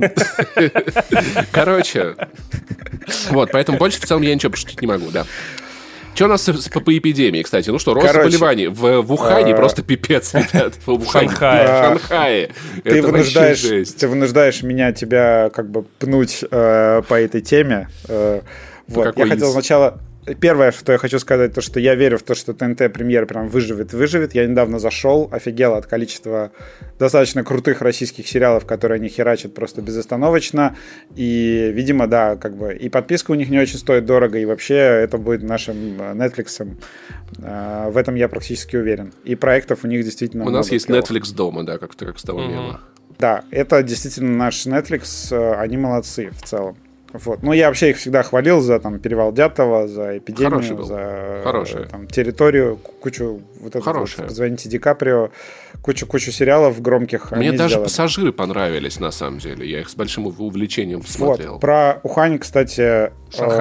Короче, вот, поэтому больше в целом я ничего пошутить не могу, да. Что у нас по эпидемии, кстати? Ну что, рост заболеваний в Ухане просто пипец, ребят. В Шанхае. Ты вынуждаешь тебя как бы пнуть по этой теме. Вот. Я хотел сначала первое, что я хочу сказать, то, что я верю в то, что ТНТ премьер прям выживет. Я недавно зашел, офигел от количества достаточно крутых российских сериалов, которые они херачат просто безостановочно. И, видимо, да, как бы и подписка у них не очень стоит дорого, и вообще это будет нашим Netflix. В этом я практически уверен. И проектов у них действительно много. У нас есть клевых. Netflix дома, да, как с того мема. Да, это действительно наш Netflix, они молодцы в целом. Вот. Ну, я вообще их всегда хвалил за там «Перевал Дятлова», за «Эпидемию», за там, «Территорию», кучу вот этого вот, «Позвоните Ди Каприо», кучу сериалов громких. Мне даже сделали. «Пассажиры» понравились, на самом деле. Я их с большим увлечением смотрел. Вот. Про Ухань, кстати,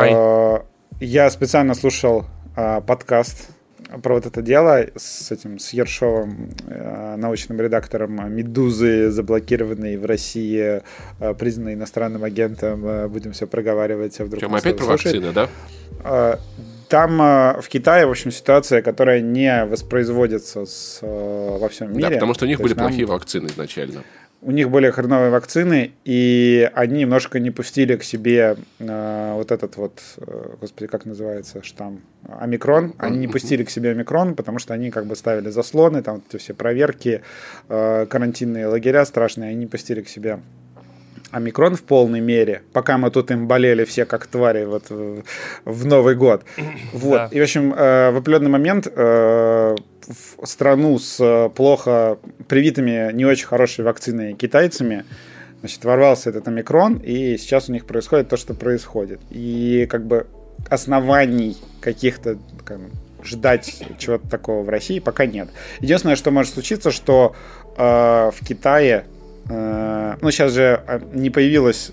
я специально слушал подкаст про вот это дело с Ершовым, научным редактором «Медузы», заблокированный в России, признанный иностранным агентом. Будем все проговаривать. Вдруг чем опять про вакцины, да? Там в Китае, в общем, ситуация, которая не воспроизводится во всем мире. Да, потому что у них были плохие вакцины изначально. У них были хреновые вакцины, и они немножко не пустили к себе вот этот вот, господи, как называется штамм, омикрон. Они не пустили к себе омикрон, потому что они как бы ставили заслоны, там эти все проверки, карантинные лагеря страшные, они не пустили к себе омикрон в полной мере, пока мы тут им болели все как твари вот в Новый год. Вот. Да. И, в общем, в определенный момент в страну с плохо привитыми, не очень хорошей вакциной китайцами, значит, ворвался этот омикрон, и сейчас у них происходит то, что происходит. И как бы оснований каких-то ждать чего-то такого в России пока нет. Единственное, что может случиться, что в Китае ну, сейчас же не появилась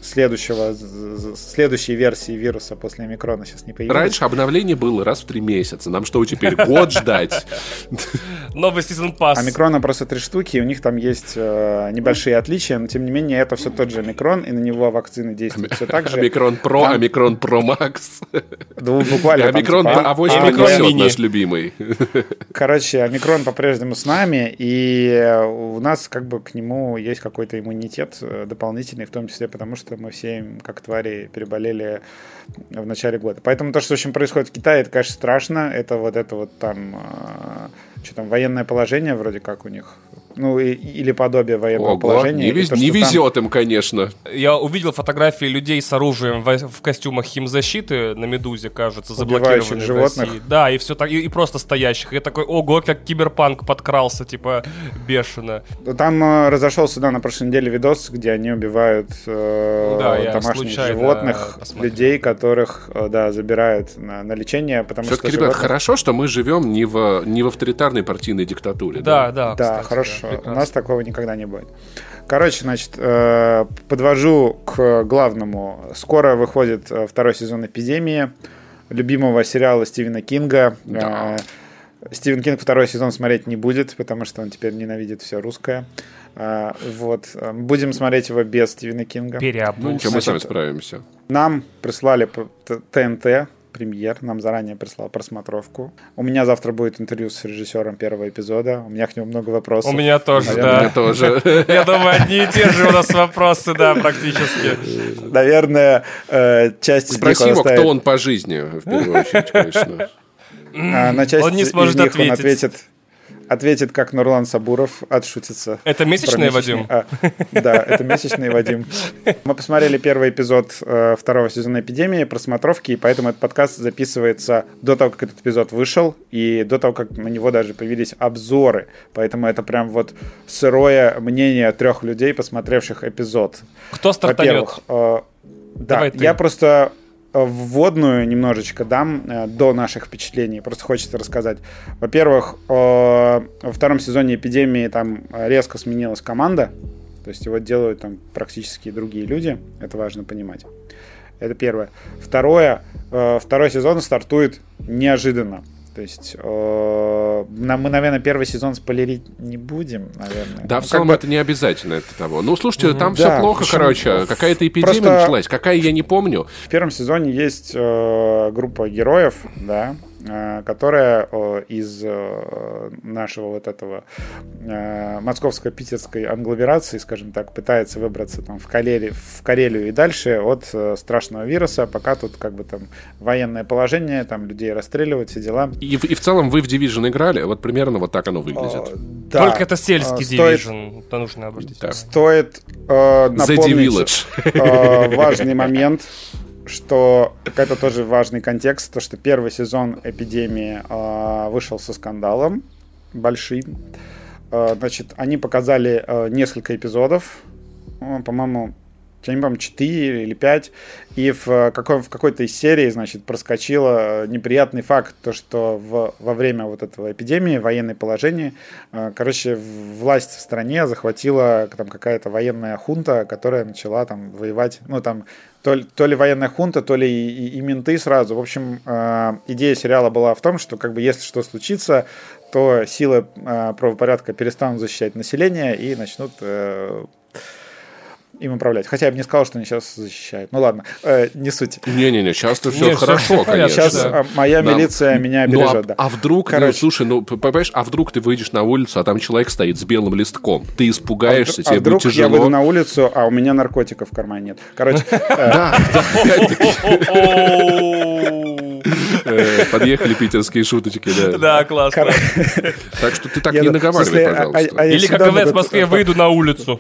следующей версии вируса после омикрона. Сейчас не появилась. Раньше обновление было раз в 3 месяца. Нам что, теперь год ждать? Новый сезон пасс. Омикрона просто 3 штуки, и у них там есть небольшие отличия, но тем не менее это все тот же омикрон, и на него вакцины действуют все так же. Омикрон Про, омикрон Про Макс. Буквально. Омикрон А8 омикрон наш любимый. Короче, омикрон по-прежнему с нами, и у нас как бы к нему есть какой-то иммунитет дополнительный, в том числе потому, что мы все им, как твари, переболели в начале года. Поэтому то, что в общем происходит в Китае, это, конечно, страшно. Это вот там, что там, военное положение вроде как у них. Ну, или подобие военного положения. Не везет им, конечно. Я увидел фотографии людей с оружием в костюмах химзащиты на «Медузе», кажется, заблокированных животных. в России. Да, и все так, и просто стоящих. Я такой, ого, как киберпанк подкрался, типа, бешено. Там разошелся, да, на прошлой неделе видос, где они убивают домашних животных, людей, которых, да, забирают на лечение, потому все-таки, что ребят, хорошо, что мы живем не в авторитарной партийной диктатуре. Да, кстати, хорошо. Прекрасно. У нас такого никогда не будет. Короче, значит, подвожу к главному. Скоро выходит 2-й сезон «Эпидемии», любимого сериала Стивена Кинга. Да. Стивен Кинг 2-й сезон смотреть не будет, потому что он теперь ненавидит все русское. Вот. Будем смотреть его без Стивена Кинга. Ничего, мы сами справимся. Нам прислали ТНТ. Премьер нам заранее прислал просмотровку. У меня завтра будет интервью с режиссером 1-го эпизода. У меня к нему много вопросов. У меня тоже, наверное, да. У меня тоже. Я думаю, одни и те же у нас вопросы, да, практически. Наверное, часть из них Спроси его, кто он по жизни, в первую очередь, конечно. На часть он не сможет из них он ответит, как Нурлан Сабуров, отшутится. Это месячный, Вадим? Да, это месячный, Вадим. Мы посмотрели 1-й эпизод 2-го сезона «Эпидемии», просмотровки, и поэтому этот подкаст записывается до того, как этот эпизод вышел, и до того, как на него даже появились обзоры. Поэтому это прям вот сырое мнение 3 людей, посмотревших эпизод. Кто стартанет? Да, я просто вводную немножечко дам до наших впечатлений. Просто хочется рассказать. Во-первых, во 2-м сезоне «Эпидемии» там резко сменилась команда. То есть его делают там практически другие люди. Это важно понимать. Это первое. Второе, 2-й сезон стартует неожиданно. То есть мы, наверное, 1-й сезон спойлерить не будем, наверное. Да, в целом это не обязательно это того. Ну, слушайте, там все плохо, короче. Какая-то эпидемия началась. Какая, я не помню. В 1-м сезоне есть группа героев, да, которая из нашего вот этого московско-питерской англомерации, скажем так, пытается выбраться там в Карелию и дальше от страшного вируса, пока тут как бы там военное положение, там людей расстреливают, все дела. И в целом вы в Division играли? Вот примерно вот так оно выглядит. Да. Только это сельский Division, то нужно обратить. Стоит напомнить важный момент, что это тоже важный контекст, то что первый сезон «Эпидемии» вышел со скандалом большим. Значит, они показали несколько эпизодов, по-моему, 4 или 5, и в какой-то из серий, значит, проскочило неприятный факт, то, что во время вот этого эпидемии, военное положение, короче, власть в стране захватила там какая-то военная хунта, которая начала там воевать, ну, там, то ли военная хунта, то ли и менты сразу. В общем, идея сериала была в том, что как бы если что случится, то силы правопорядка перестанут защищать население и начнут им управлять. Хотя я бы не сказал, что они сейчас защищают. Ну ладно, не суть. Не-не-не, сейчас-то все хорошо, конечно. Сейчас моя милиция меня бережет. А вдруг, слушай, понимаешь, а вдруг ты выйдешь на улицу, а там человек стоит с белым листком. Ты испугаешься, тебе будет тяжело. Я выйду на улицу, а у меня наркотиков в кармане нет. Короче. Да, подъехали питерские шуточки, да. Да, классно. Так что ты так не наговаривай, пожалуйста. Или, как говорят в Москве, выйду на улицу.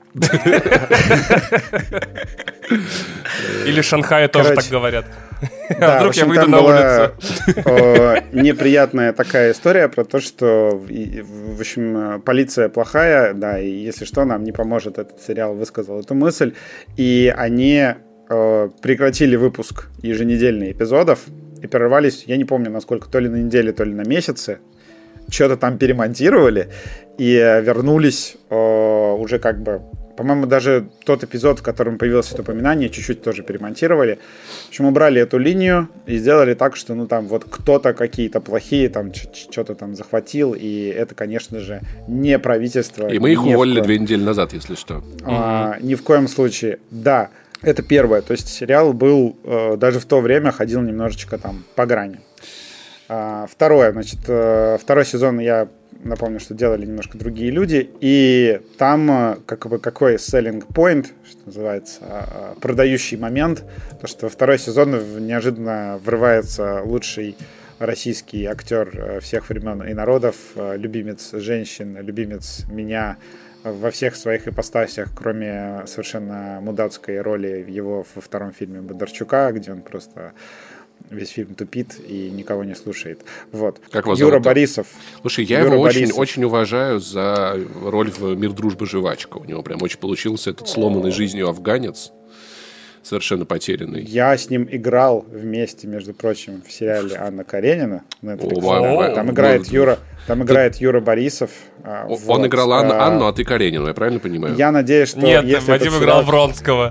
Или в Шанхае тоже так говорят. Да, вдруг я выйду на улицу. Неприятная такая история про то, что, в общем, полиция плохая, да, и если что, нам не поможет этот сериал, высказал эту мысль. И они прекратили выпуск еженедельных эпизодов и прервались, я не помню, насколько, то ли на неделю, то ли на месяцы. Что-то там перемонтировали и вернулись уже как бы... По-моему, даже тот эпизод, в котором появилось это упоминание, чуть-чуть тоже перемонтировали. В общем, убрали эту линию и сделали так, что, ну, там вот кто-то какие-то плохие там что-то там захватил, и это, конечно же, не правительство. И мы их уволили 2 недели назад, если что. Ни в коем случае. Да, это первое. То есть сериал был, даже в то время ходил немножечко там по грани. Второе, значит, второй сезон, я напомню, что делали немножко другие люди, и там как бы какой selling point, что называется, продающий момент, то, что во второй сезон неожиданно врывается лучший российский актер всех времен и народов, любимец женщин, любимец меня во всех своих ипостасях, кроме совершенно мудацкой роли его во втором фильме Бондарчука, где он просто... весь фильм тупит и никого не слушает. Вот. Как вас Юра зовут? Борисов. Слушай, я его очень уважаю за роль в «Мир, дружба, жвачка». У него прям очень получился этот сломанный жизнью афганец, совершенно потерянный. Я с ним играл вместе, между прочим, в сериале «Анна Каренина». Там играет Юра Борисов. Он играл Анну, а ты Каренину, я правильно понимаю? Я надеюсь, что... Нет, Вадим играл Вронского.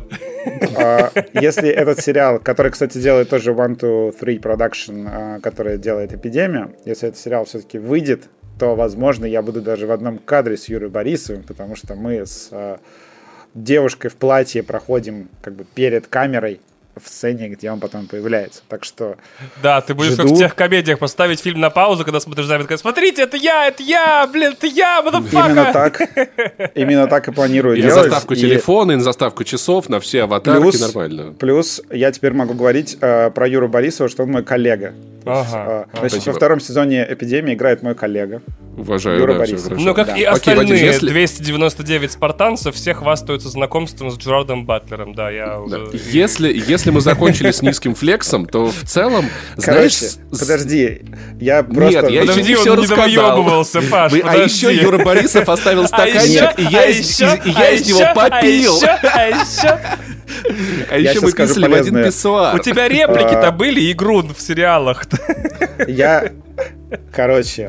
Если этот сериал, который, кстати, делает тоже 1-2-3 Production, который делает «Эпидемию», если этот сериал все-таки выйдет, то, возможно, я буду даже в одном кадре с Юрой Борисовым, потому что мы с девушкой в платье проходим как бы перед камерой в сцене, где он потом появляется. Так что... Да, ты будешь как в тех комедиях поставить фильм на паузу, когда смотришь запись, смотрите, это я, блин, это я, motherfucker! Именно так и планирую делать. На заставку телефона, и на заставку часов, на все аватарки, нормально. Плюс я теперь могу говорить про Юру Борисова, что он мой коллега. Значит, во втором сезоне «Эпидемии» играет мой коллега. Уважаю, Юра да, Борисов. Ну, как и остальные 299 спартанцев, все хвастаются знакомством с Джерардом Батлером. Да, я уже... Если мы закончили с низким флексом, то в целом, знаешь... Подожди, я просто... Нет, я еще не все рассказал. Паш, а еще Юра Борисов оставил стаканчик, и я из него попил. А еще мы писали в один писсуар. У тебя реплики-то были, Игрун, в сериалах. Короче...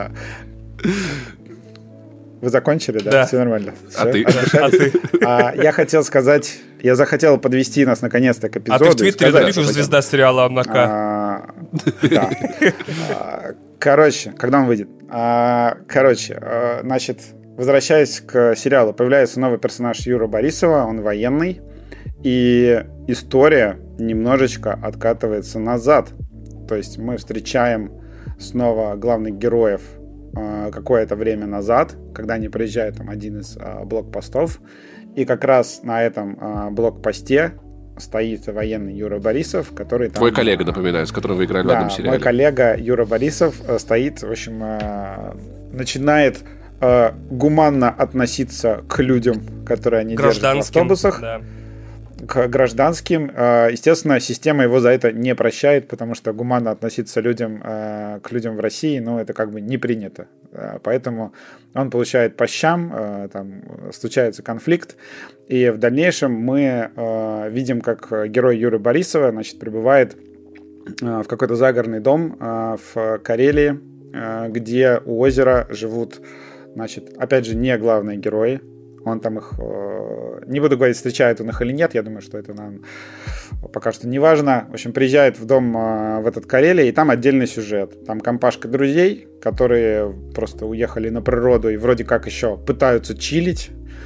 Вы закончили, да? Да. Все нормально. А ты? Я хотел сказать... Я захотел подвести нас наконец-то к эпизоду. А ты в Твиттере напишешь «Звезда сериала Амнака». Да. Короче, когда он выйдет? Значит, возвращаясь к сериалу, появляется новый персонаж Юра Борисова, он военный, и история немножечко откатывается назад. То есть мы встречаем снова главных героев какое-то время назад, когда они приезжают, там, один из блокпостов. И как раз на этом блокпосте стоит военный Юра Борисов, который там... Твой коллега, напоминаю, с которым вы играли в одном сериале. Мой коллега Юра Борисов стоит, в общем, начинает гуманно относиться к людям, которые они держат в автобусах. Да. К гражданским. Естественно, система его за это не прощает, потому что гуманно относиться к людям в России, ну, это как бы не принято. Поэтому он получает по щам, там случается конфликт, и в дальнейшем мы видим, как герой Юры Борисова, значит, прибывает в какой-то загородный дом в Карелии, где у озера живут, значит, опять же, не главные герои. Он там их... Не буду говорить, встречает он их или нет. Я думаю, что это нам пока что не важно. В общем, приезжает в дом в этот Карелии, и там отдельный сюжет. Там компашка друзей, которые просто уехали на природу и вроде как еще пытаются чилить.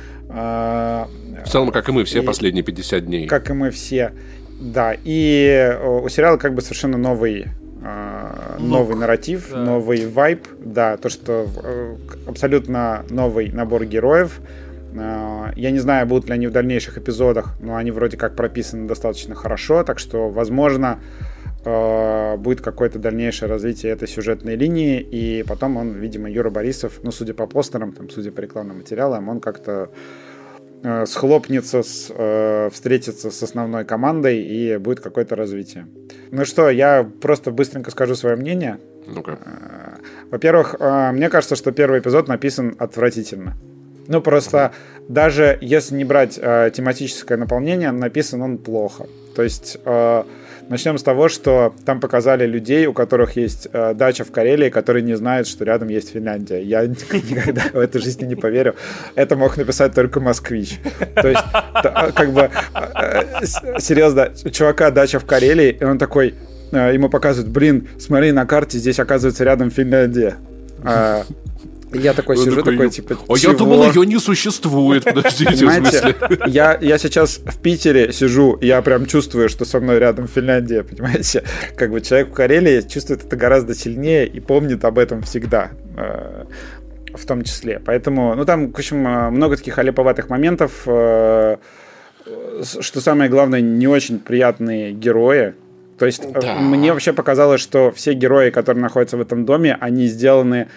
В целом, как и мы все последние 50 дней. Как и мы все, да. И у сериала как бы совершенно новый нарратив, да. Новый вайб. Да, то, что абсолютно новый набор героев. Я не знаю, будут ли они в дальнейших эпизодах, но они вроде как прописаны достаточно хорошо, так что, возможно, будет какое-то дальнейшее развитие этой сюжетной линии, и потом он, видимо, Юра Борисов, ну, судя по постерам, там, судя по рекламным материалам, он как-то схлопнется, встретится с основной командой, и будет какое-то развитие. Ну что, я просто быстренько скажу свое мнение. Ну-ка. Во-первых, мне кажется, что первый эпизод написан отвратительно. Ну, просто даже если не брать тематическое наполнение, написан он плохо. То есть начнем с того, что там показали людей, у которых есть дача в Карелии, которые не знают, что рядом есть Финляндия. Я никогда в этой жизни не поверю. Это мог написать только москвич. То есть, как бы, серьезно, чувака дача в Карелии, и он такой, ему показывают, блин, смотри, на карте, здесь оказывается рядом Финляндия. Я такой сижу, такой, типа, чего? Я думал, ее не существует. Подождите, в смысле? Я сейчас в Питере сижу, я прям чувствую, что со мной рядом Финляндия, понимаете? Как бы человек в Карелии чувствует это гораздо сильнее и помнит об этом всегда, в том числе. Поэтому, ну, там, в общем, много таких аляповатых моментов. Что самое главное, не очень приятные герои. То есть мне вообще показалось, что все герои, которые находятся в этом доме, они сделаны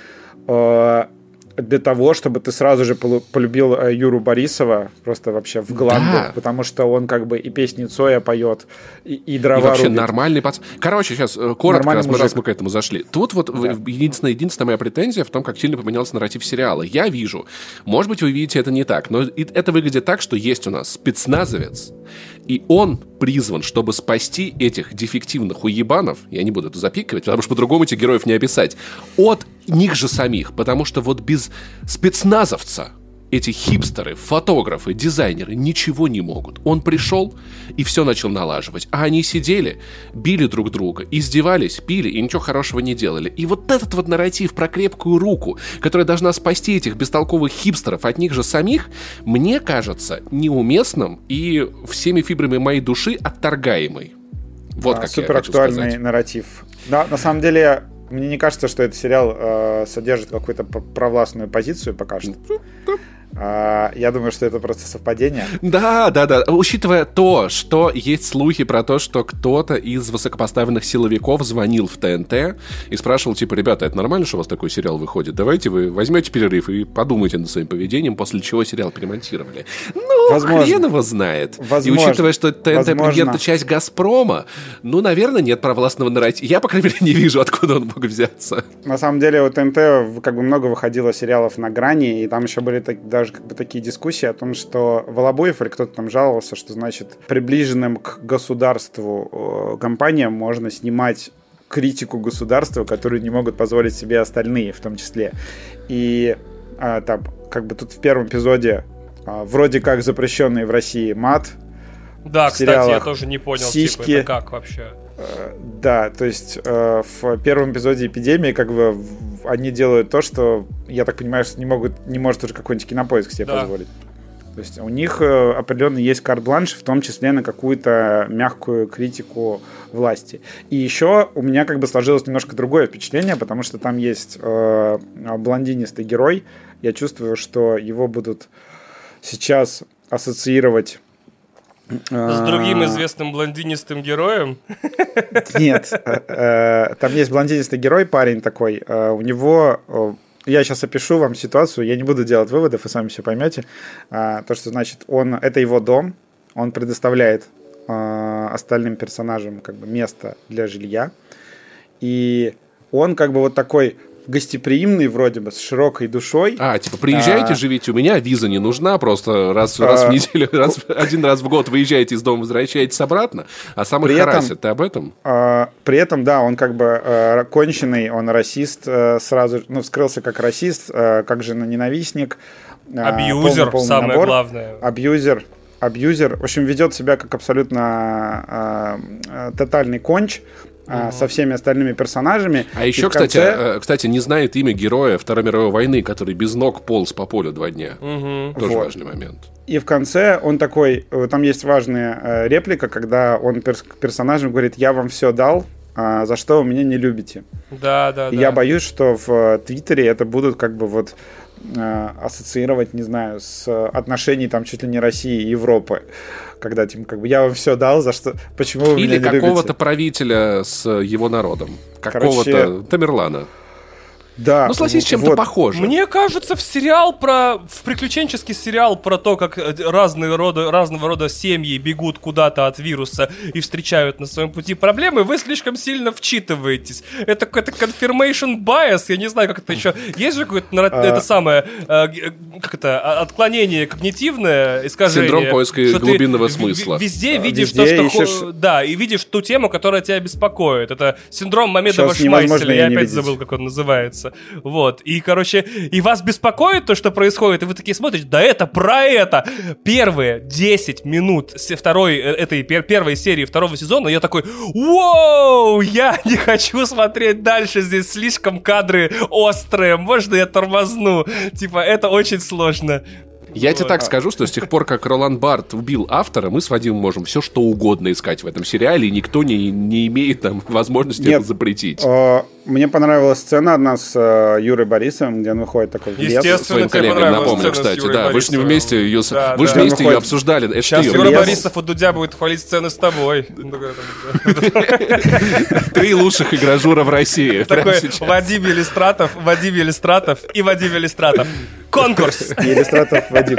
для того, чтобы ты сразу же полюбил Юру Борисова просто вообще в гланду, да. Потому что он как бы и песни Цоя поет, и дрова и вообще рубит. Нормальный пацан. Короче, сейчас коротко, раз мы к этому зашли. Тут вот да. единственная моя претензия в том, как сильно поменялся нарратив сериала. Я вижу, может быть, вы видите это не так, но это выглядит так, что есть у нас спецназовец, и он призван, чтобы спасти этих дефективных уебанов, я не буду это запикивать, потому что по-другому этих героев не описать, от них же самих, потому что вот без спецназовца эти хипстеры, фотографы, дизайнеры ничего не могут. Он пришел и все начал налаживать. А они сидели, били друг друга, издевались, пили и ничего хорошего не делали. И вот этот вот нарратив про крепкую руку, которая должна спасти этих бестолковых хипстеров от них же самих, мне кажется неуместным и всеми фибрами моей души отторгаемый. Вот как супер актуальный нарратив. Да, на самом деле, мне не кажется, что этот сериал содержит какую-то провластную позицию пока что. Я думаю, что это просто совпадение. Да. Учитывая то, что есть слухи про то, что кто-то из высокопоставленных силовиков звонил в ТНТ и спрашивал, типа, ребята, это нормально, что у вас такой сериал выходит? Давайте вы возьмете перерыв и подумайте над своим поведением, после чего сериал перемонтировали. Ну, возможно. Хрен его знает. Возможно. И учитывая, что ТНТ примерно часть «Газпрома», ну, наверное, нет провластного нарратива. Я, по крайней мере, не вижу, откуда он мог взяться. На самом деле, у ТНТ как бы много выходило сериалов на грани, и там еще были даже как бы такие дискуссии о том, что Волобуев или кто-то там жаловался, что, значит, приближенным к государству компаниям можно снимать критику государства, которую не могут позволить себе остальные, в том числе. И там, как бы тут в первом эпизоде вроде как запрещенный в России мат. Да, кстати, я тоже не понял, сиськи, типа, это как вообще? Да, то есть в первом эпизоде «Эпидемии» как бы они делают то, что, я так понимаю, что не может уже какой-нибудь Кинопоиск себе позволить. То То есть у них определенно есть карт-бланш, в том числе на какую-то мягкую критику власти. И еще у меня как бы сложилось немножко другое впечатление, потому что там есть блондинистый герой. Я чувствую, что его будут сейчас ассоциировать с другим известным блондинистым героем? Нет. Там есть блондинистый герой, парень такой. У него... Я сейчас опишу вам ситуацию, я не буду делать выводов, вы сами все поймете. То, что значит, это его дом, он предоставляет остальным персонажам как бы место для жилья. И он как бы вот такой гостеприимный вроде бы, с широкой душой. Типа приезжайте, живите у меня, виза не нужна, просто раз в неделю, один раз в год выезжаете из дома, возвращаетесь обратно, а сам их харасит. Ты об этом? При этом, да, он как бы конченый, он расист, сразу, вскрылся как расист, как женоненавистник. Абьюзер, самое набор. Главное. Абьюзер. В общем, ведет себя как абсолютно тотальный конч. Со всеми остальными персонажами. А еще, кстати, не знает имя героя Второй мировой войны, который без ног полз по полю 2 дня. Тоже важный момент. И в конце он такой... Там есть важная реплика, когда он персонажам говорит: «Я вам все дал, за что вы меня не любите». Да. Я боюсь, что в Твиттере это будут как бы вот ассоциировать, не знаю, с отношений там чуть ли не России и Европы. Когда типа, как бы, я вам все дал, за что, почему вы меня не любите? Или какого-то правителя с его народом. Какого-то Тамерлана. Да. Согласись, чем-то похоже. Мне кажется, в приключенческий сериал про то, как разного рода семьи бегут куда-то от вируса и встречают на своем пути проблемы, вы слишком сильно вчитываетесь. Это какой-то confirmation bias, я не знаю, как это еще... Есть же какое-то это самое, отклонение когнитивное, искажение. Синдром поиска глубинного смысла. Везде видишь то, что... Ищешь... Да, и видишь ту тему, которая тебя беспокоит. Это синдром Мамедова-Шмайселя, я опять забыл, как он называется. Вот, и, короче, и вас беспокоит то, что происходит, и вы такие смотрите: да это про это! Первые 10 минут первой серии 2-го сезона я такой: воу, я не хочу смотреть дальше, здесь слишком кадры острые, можно я тормозну? Типа, это очень сложно. Я тебе так скажу, что с тех пор, как Ролан Барт убил автора, мы с Вадимом можем все что угодно искать в этом сериале, и никто не имеет там возможности это запретить. Мне понравилась сцена одна с Юрой Борисовым, где он выходит такой в лес. Естественно, своим коллегам напомню, кстати. Да, вы же не вместе ее ее обсуждали. Сейчас Юра Борисов у Дудя будет хвалить сцены с тобой. 3 лучших игражура в России. Такой Вадим Елистратов и Вадим Елистратов. Конкурс! Елистратов Вадим.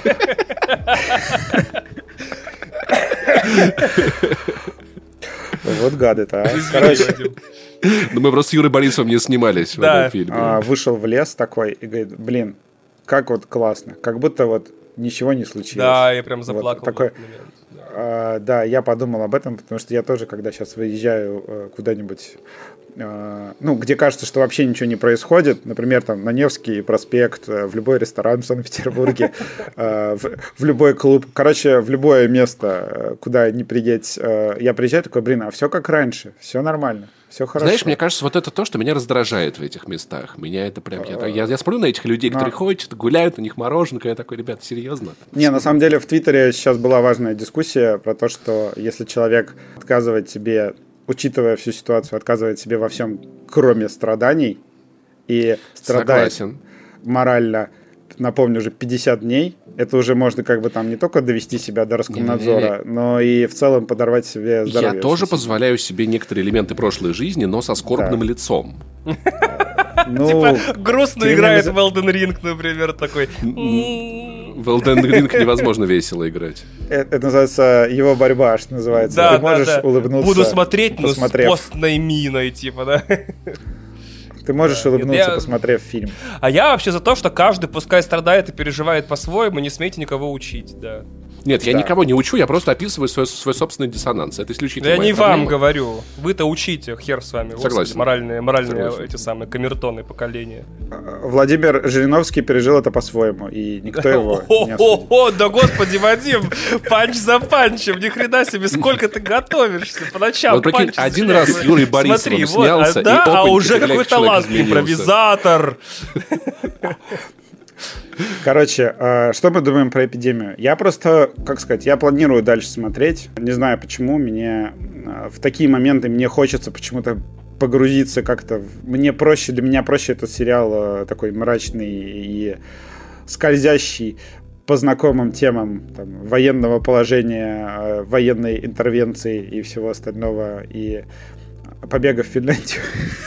Вот гады-то, а. Короче, мы просто с Юрой Борисовым не снимались в этом фильме. Вышел в лес такой и говорит: блин, как вот классно, как будто вот ничего не случилось. Да, я прям заплакал. Такой, да, я подумал об этом, потому что я тоже, когда сейчас выезжаю куда-нибудь, где кажется, что вообще ничего не происходит, например, там на Невский проспект, в любой ресторан в Санкт-Петербурге, в любой клуб, короче, в любое место, куда не приедь, я приезжаю такой: блин, а все как раньше, все нормально. Все хорошо. Знаешь, мне кажется, вот это то, что меня раздражает в этих местах. Меня это прям... Я смотрю на этих людей, которые ходят, гуляют, у них мороженое, я такой: ребята, серьезно? Не, на самом деле в Твиттере сейчас была важная дискуссия про то, что если человек отказывает себе, учитывая всю ситуацию, отказывает себе во всем, кроме страданий, и страдает морально, напомню, уже 50 дней, это уже можно как бы там не только довести себя до Роскомнадзора, но и в целом подорвать себе здоровье. Я тоже позволяю себе некоторые элементы прошлой жизни, но со скорбным лицом. Типа грустно играет в Elden Ring, например, такой. В Elden Ring невозможно весело играть. Это называется его борьба, что называется. Да, ты можешь улыбнуться. Буду смотреть, но с постной миной, типа, да. Ты можешь улыбнуться, посмотрев фильм. А я вообще за то, что каждый пускай страдает и переживает по-своему, не смейте никого учить, да. Нет, я никого не учу, я просто описываю свой собственный диссонанс. Это исключительно я не вам говорю. Вы-то учите, хер с вами. Согласен. Моральные эти самые камертоны поколения. Владимир Жириновский пережил это по-своему, и никто его не осудит. О, да господи, Вадим, панч за панчем, ни хрена себе, сколько ты готовишься по ночам. Вот прикинь, один раз с Юрой Борисовым снялся, а уже какой талант, импровизатор. Короче, что мы думаем про эпидемию? Я просто, как сказать, я планирую дальше смотреть. Не знаю почему, в такие моменты мне хочется почему-то погрузиться как-то. Для меня проще этот сериал такой мрачный и скользящий по знакомым темам там, военного положения, военной интервенции и всего остального, и побега в Финляндию.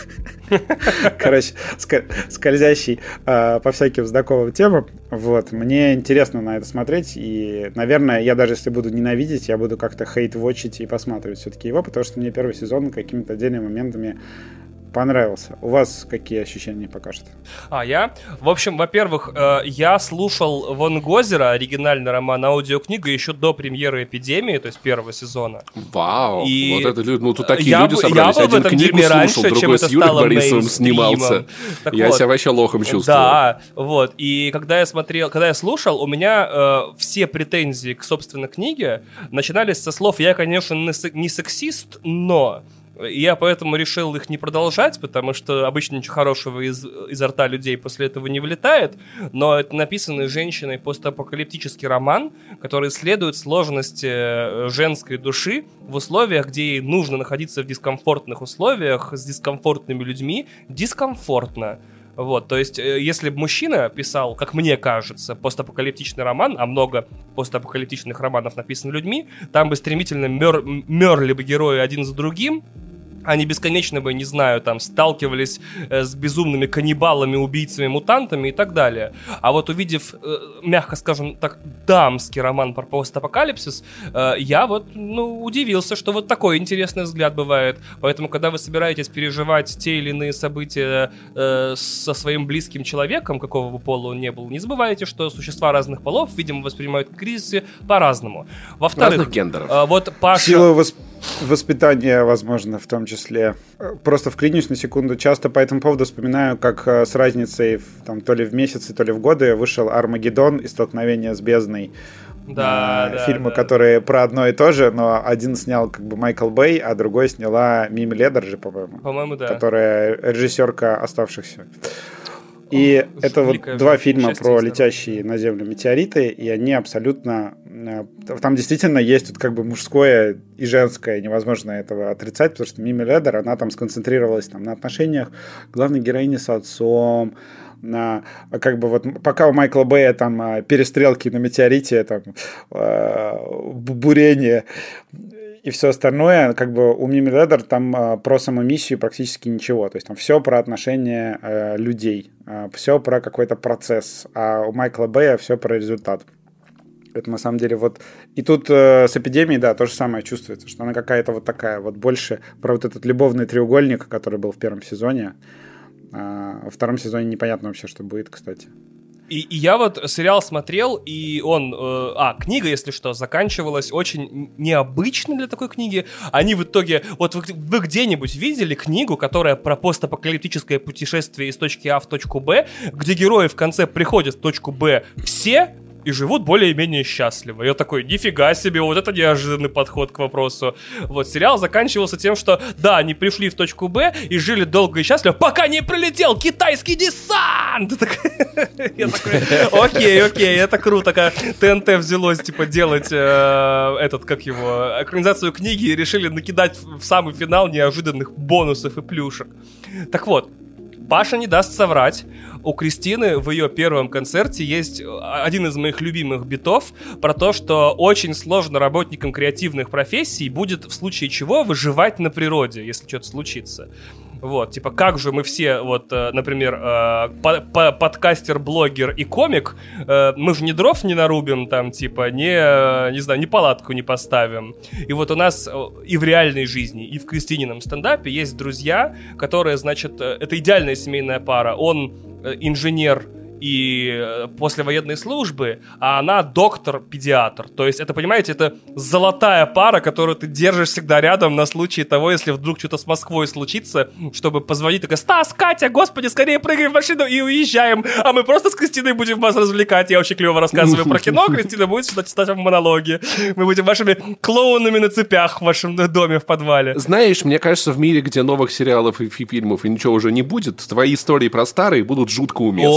Короче, скользящий по всяким знакомым темам. Вот. Мне интересно на это смотреть. И, наверное, я даже если буду ненавидеть, я буду как-то хейт-вотчить и посматривать все-таки его, потому что мне первый сезон какими-то отдельными моментами понравился. У вас какие ощущения пока что? Я? В общем, во-первых, я слушал Вон Гозера, оригинальный роман, аудиокнига, еще до премьеры «Эпидемии», то есть первого сезона. Вау! Вот это тут такие люди собрались. Один книгу слушал, другой с Юрой Борисовым снимался. Я себя вообще лохом чувствовал. Да, вот. И когда я слушал, у меня все претензии к, собственно, книге начинались со слов: я, конечно, не сексист, но... Я поэтому решил их не продолжать, потому что обычно ничего хорошего изо рта людей после этого не вылетает, но это написанный женщиной постапокалиптический роман, который исследует сложности женской души в условиях, где ей нужно находиться в дискомфортных условиях, с дискомфортными людьми, дискомфортно. Вот, то есть, если бы мужчина писал, как мне кажется, постапокалиптичный роман, а много постапокалиптичных романов написано людьми, там бы стремительно мерли бы герои один за другим, они бесконечно бы, не знаю, там, сталкивались с безумными каннибалами, убийцами, мутантами и так далее. А вот увидев, мягко скажем так, дамский роман про постапокалипсис, я удивился, что вот такой интересный взгляд бывает. Поэтому, когда вы собираетесь переживать те или иные события со своим близким человеком, какого бы пола он ни был, не забывайте, что существа разных полов, видимо, воспринимают кризисы по-разному. Во-вторых, разных гендеров. Вот Паша... Сила воспитания, возможно, в том числе. Просто вклинюсь на секунду. Часто по этому поводу вспоминаю, как с разницей то ли в месяцы, то ли в годы вышел «Армагеддон» и «Столкновение с бездной». Фильмы, которые про одно и то же, но один снял как бы Майкл Бэй, а другой сняла Мими Ледер, по-моему. По-моему, да. Которая режиссерка «Оставшихся». И это вот два фильма про летящие на Землю метеориты, и они абсолютно... Там действительно есть вот как бы мужское и женское, невозможно этого отрицать, потому что Мими Ледер, она там сконцентрировалась на отношениях главной героини с отцом, на как бы вот пока у Майкла Бэя там перестрелки на метеорите, там бурение и все остальное, как бы у Мими Ледер там про саму миссию практически ничего. То есть там все про отношения людей, все про какой-то процесс, а у Майкла Бэя все про результат. Это на самом деле вот... И тут с «Эпидемией», да, то же самое чувствуется, что она какая-то вот такая вот больше про вот этот любовный треугольник, который был в первом сезоне. Во втором сезоне непонятно вообще, что будет, кстати. И я вот сериал смотрел, и он... книга, если что, заканчивалась очень необычно для такой книги. Они в итоге... Вот вы где-нибудь видели книгу, которая про постапокалиптическое путешествие из точки А в точку Б, где герои в конце приходят в точку Б все... и живут более-менее счастливо. Я такой, нифига себе, вот это неожиданный подход к вопросу. Вот, сериал заканчивался тем, что, да, они пришли в точку Б и жили долго и счастливо, пока не прилетел китайский десант! Я такой, окей, это круто. ТНТ взялось, делать экранизацию книги и решили накидать в самый финал неожиданных бонусов и плюшек. Так вот, Паша не даст соврать. У Кристины в ее первом концерте есть один из моих любимых битов про то, что очень сложно работникам креативных профессий будет в случае чего выживать на природе, если что-то случится. Вот, как же мы все, вот, например, подкастер, блогер и комик, мы же ни дров не нарубим, там, не знаю, ни палатку не поставим. И вот у нас и в реальной жизни, и в Кристинином стендапе есть друзья, которые, значит, это идеальная семейная пара. Он инженер и послевоенной службы, а она доктор-педиатр. То есть это, понимаете, это золотая пара, которую ты держишь всегда рядом на случай того, если вдруг что-то с Москвой случится, чтобы позвонить, такая: «Стас, Катя, господи, скорее прыгаем в машину и уезжаем, а мы просто с Кристиной будем вас развлекать. Я очень клево рассказываю про кино, Кристина будет читать вам монологи. Мы будем вашими клоунами на цепях в вашем доме в подвале». Знаешь, мне кажется, в мире, где новых сериалов и фильмов и ничего уже не будет, твои истории про старые будут жутко уместны. О, да.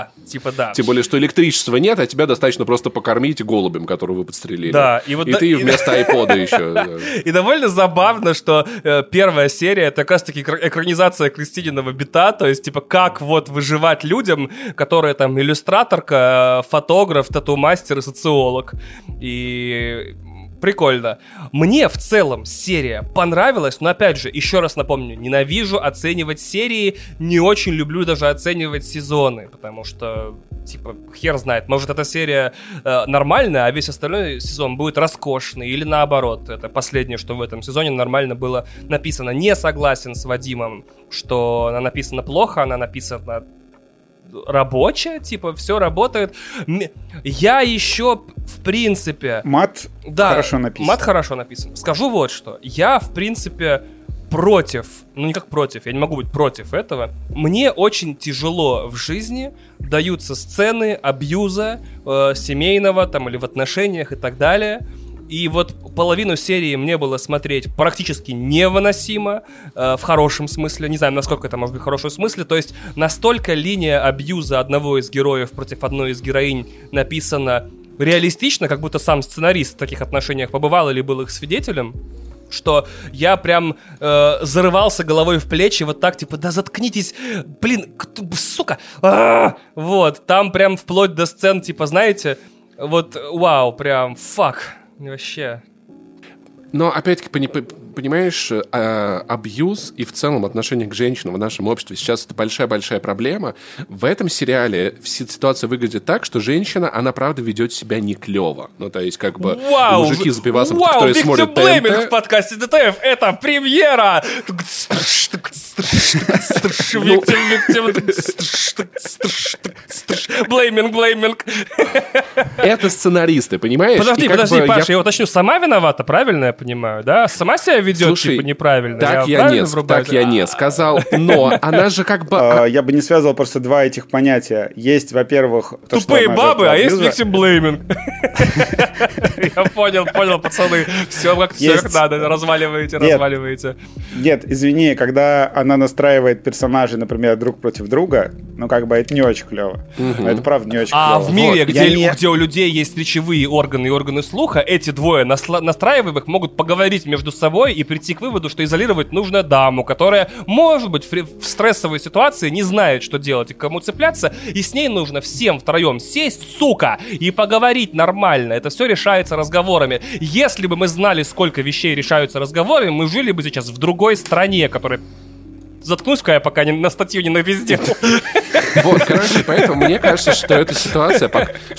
типа да. Тем более, что электричества нет, а тебя достаточно просто покормить голубем, которого вы подстрелили. Да. И ты вместо айпода еще. И довольно забавно, что первая серия — это как раз-таки экранизация Кристининого бита, то есть, типа, как вот выживать людям, которые там иллюстраторка, фотограф, тату-мастер и социолог. И... прикольно. Мне в целом серия понравилась, но опять же, еще раз напомню, ненавижу оценивать серии, не очень люблю даже оценивать сезоны, потому что, типа, хер знает, может эта серия нормальная, а весь остальной сезон будет роскошный, или наоборот, это последнее, что в этом сезоне нормально было написано. Не согласен с Вадимом, что она написана плохо, она написана рабочая, типа, все работает. Я еще, в принципе... Мат хорошо написан. Мат хорошо написан. Скажу вот что. Я, в принципе, против, ну не как против, я не могу быть против этого. Мне очень тяжело в жизни даются сцены абьюза семейного там или в отношениях и так далее. И вот половину серии мне было смотреть практически невыносимо, в хорошем смысле, не знаю, насколько это может быть в хорошем смысле, то есть настолько линия абьюза одного из героев против одной из героинь написана реалистично, как будто сам сценарист в таких отношениях побывал или был их свидетелем, что я прям зарывался головой в плечи вот так, типа, да заткнитесь, блин, сука, вот, там прям вплоть до сцен, типа, знаете, вот, вау, прям, фак. Вообще. Но, опять-таки, понимаешь, абьюз и в целом отношение к женщинам в нашем обществе сейчас это большая-большая проблема. В этом сериале ситуация выглядит так, что женщина, она, правда, ведет себя не клево. Ну, то есть, как бы, мужики с пивасом, которые смотрят ТНТ... Вау, в подкасте ДТФ, это премьера! Блейминг. Это сценаристы, понимаешь? Подожди, Паша, я уточню, сама виновата, правильно я понимаю, да? Сама себя ведет, слушай, типа, неправильно. Так я не сказал, но она же как бы... Я бы не связывал просто два этих понятия. Есть, во-первых... Тупые бабы, а есть виктим-блейминг. Я понял, пацаны. Все как надо, разваливаете. Нет, извини, когда она настраивает персонажей, например, друг против друга, ну, как бы это не очень клево. Это правда не очень клево. А в мире, где у людей есть речевые органы и органы слуха, эти двое настраиваемых могут поговорить между собой и прийти к выводу, что изолировать нужно даму, которая, может быть, в стрессовой ситуации не знает, что делать и к кому цепляться, и с ней нужно всем втроем сесть, сука, и поговорить нормально. Это все решается разговорами. Если бы мы знали, сколько вещей решаются разговорами, мы жили бы сейчас в другой стране, которая... Заткнусь-ка я, пока на статью не навездел. Вот, короче, поэтому мне кажется, что эта ситуация...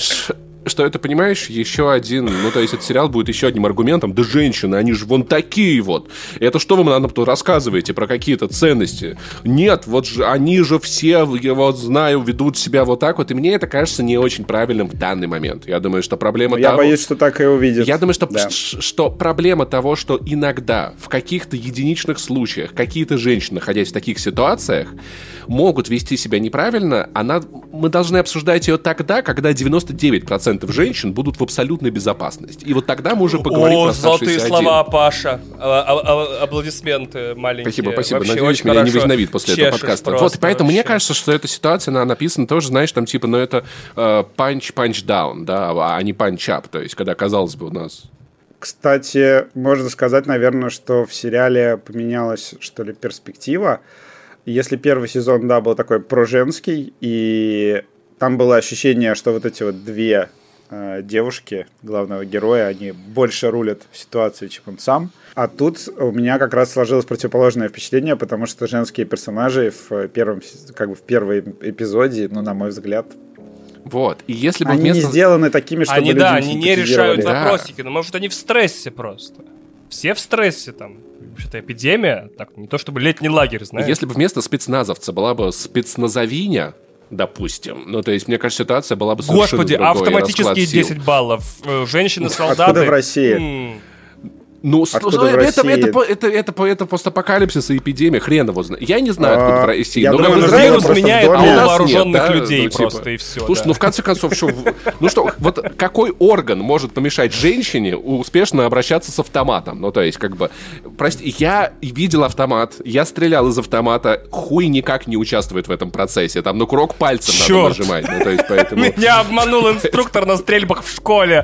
Что это, понимаешь, еще один... Ну, то есть этот сериал будет еще одним аргументом. Да женщины, они же вон такие вот. Это что вы нам тут рассказываете про какие-то ценности? Нет, вот же они же все, я вот знаю, ведут себя вот так вот. И мне это кажется не очень правильным в данный момент. Я думаю, что проблема того... Я боюсь, что так и увидят. Я думаю, что проблема того, что иногда в каких-то единичных случаях какие-то женщины, находясь в таких ситуациях, могут вести себя неправильно, мы должны обсуждать ее тогда, когда 99% женщин будут в абсолютной безопасности. И вот тогда мы уже поговорим про золотые слова, Паша. Аплодисменты маленькие. Спасибо. Вообще, надеюсь, меня не возненавидят после этого подкаста. Вот, поэтому вообще. Мне кажется, что эта ситуация, она написана тоже, знаешь, там типа, это punch-down, да, а не punch-up. То есть, когда, казалось бы, у нас... Кстати, можно сказать, наверное, что в сериале поменялась, что ли, перспектива. Если первый сезон, да, был такой проженский, и там было ощущение, что вот эти вот две девушки главного героя, они больше рулят ситуацией, чем он сам. А тут у меня как раз сложилось противоположное впечатление, потому что женские персонажи в первом эпизоде, ну, на мой взгляд, вот. И если бы они не сделаны такими, чтобы люди они не решают вопросики, но может они в стрессе просто. Все в стрессе там. Вообще-то эпидемия, так, не то чтобы летний лагерь, знаешь. Если бы вместо спецназовца была бы спецназовиня, допустим, ну, то есть, мне кажется, ситуация была бы совершенно другой. Господи, автоматические 10 баллов. Женщины-солдаты. Откуда в России? Ну, это постапокалипсис и эпидемия, хрен его знает. Я не знаю, откуда в России. Но вирус меняет вооруженных людей просто, и все. Слушай, ну в конце концов, ну что, вот какой орган может помешать женщине успешно обращаться с автоматом? Ну, то есть, как бы, прости, я видел автомат, я стрелял из автомата, хуй никак не участвует в этом процессе. Там на курок пальцем надо нажимать. Ну, то есть, поэтому... Меня обманул инструктор на стрельбах в школе.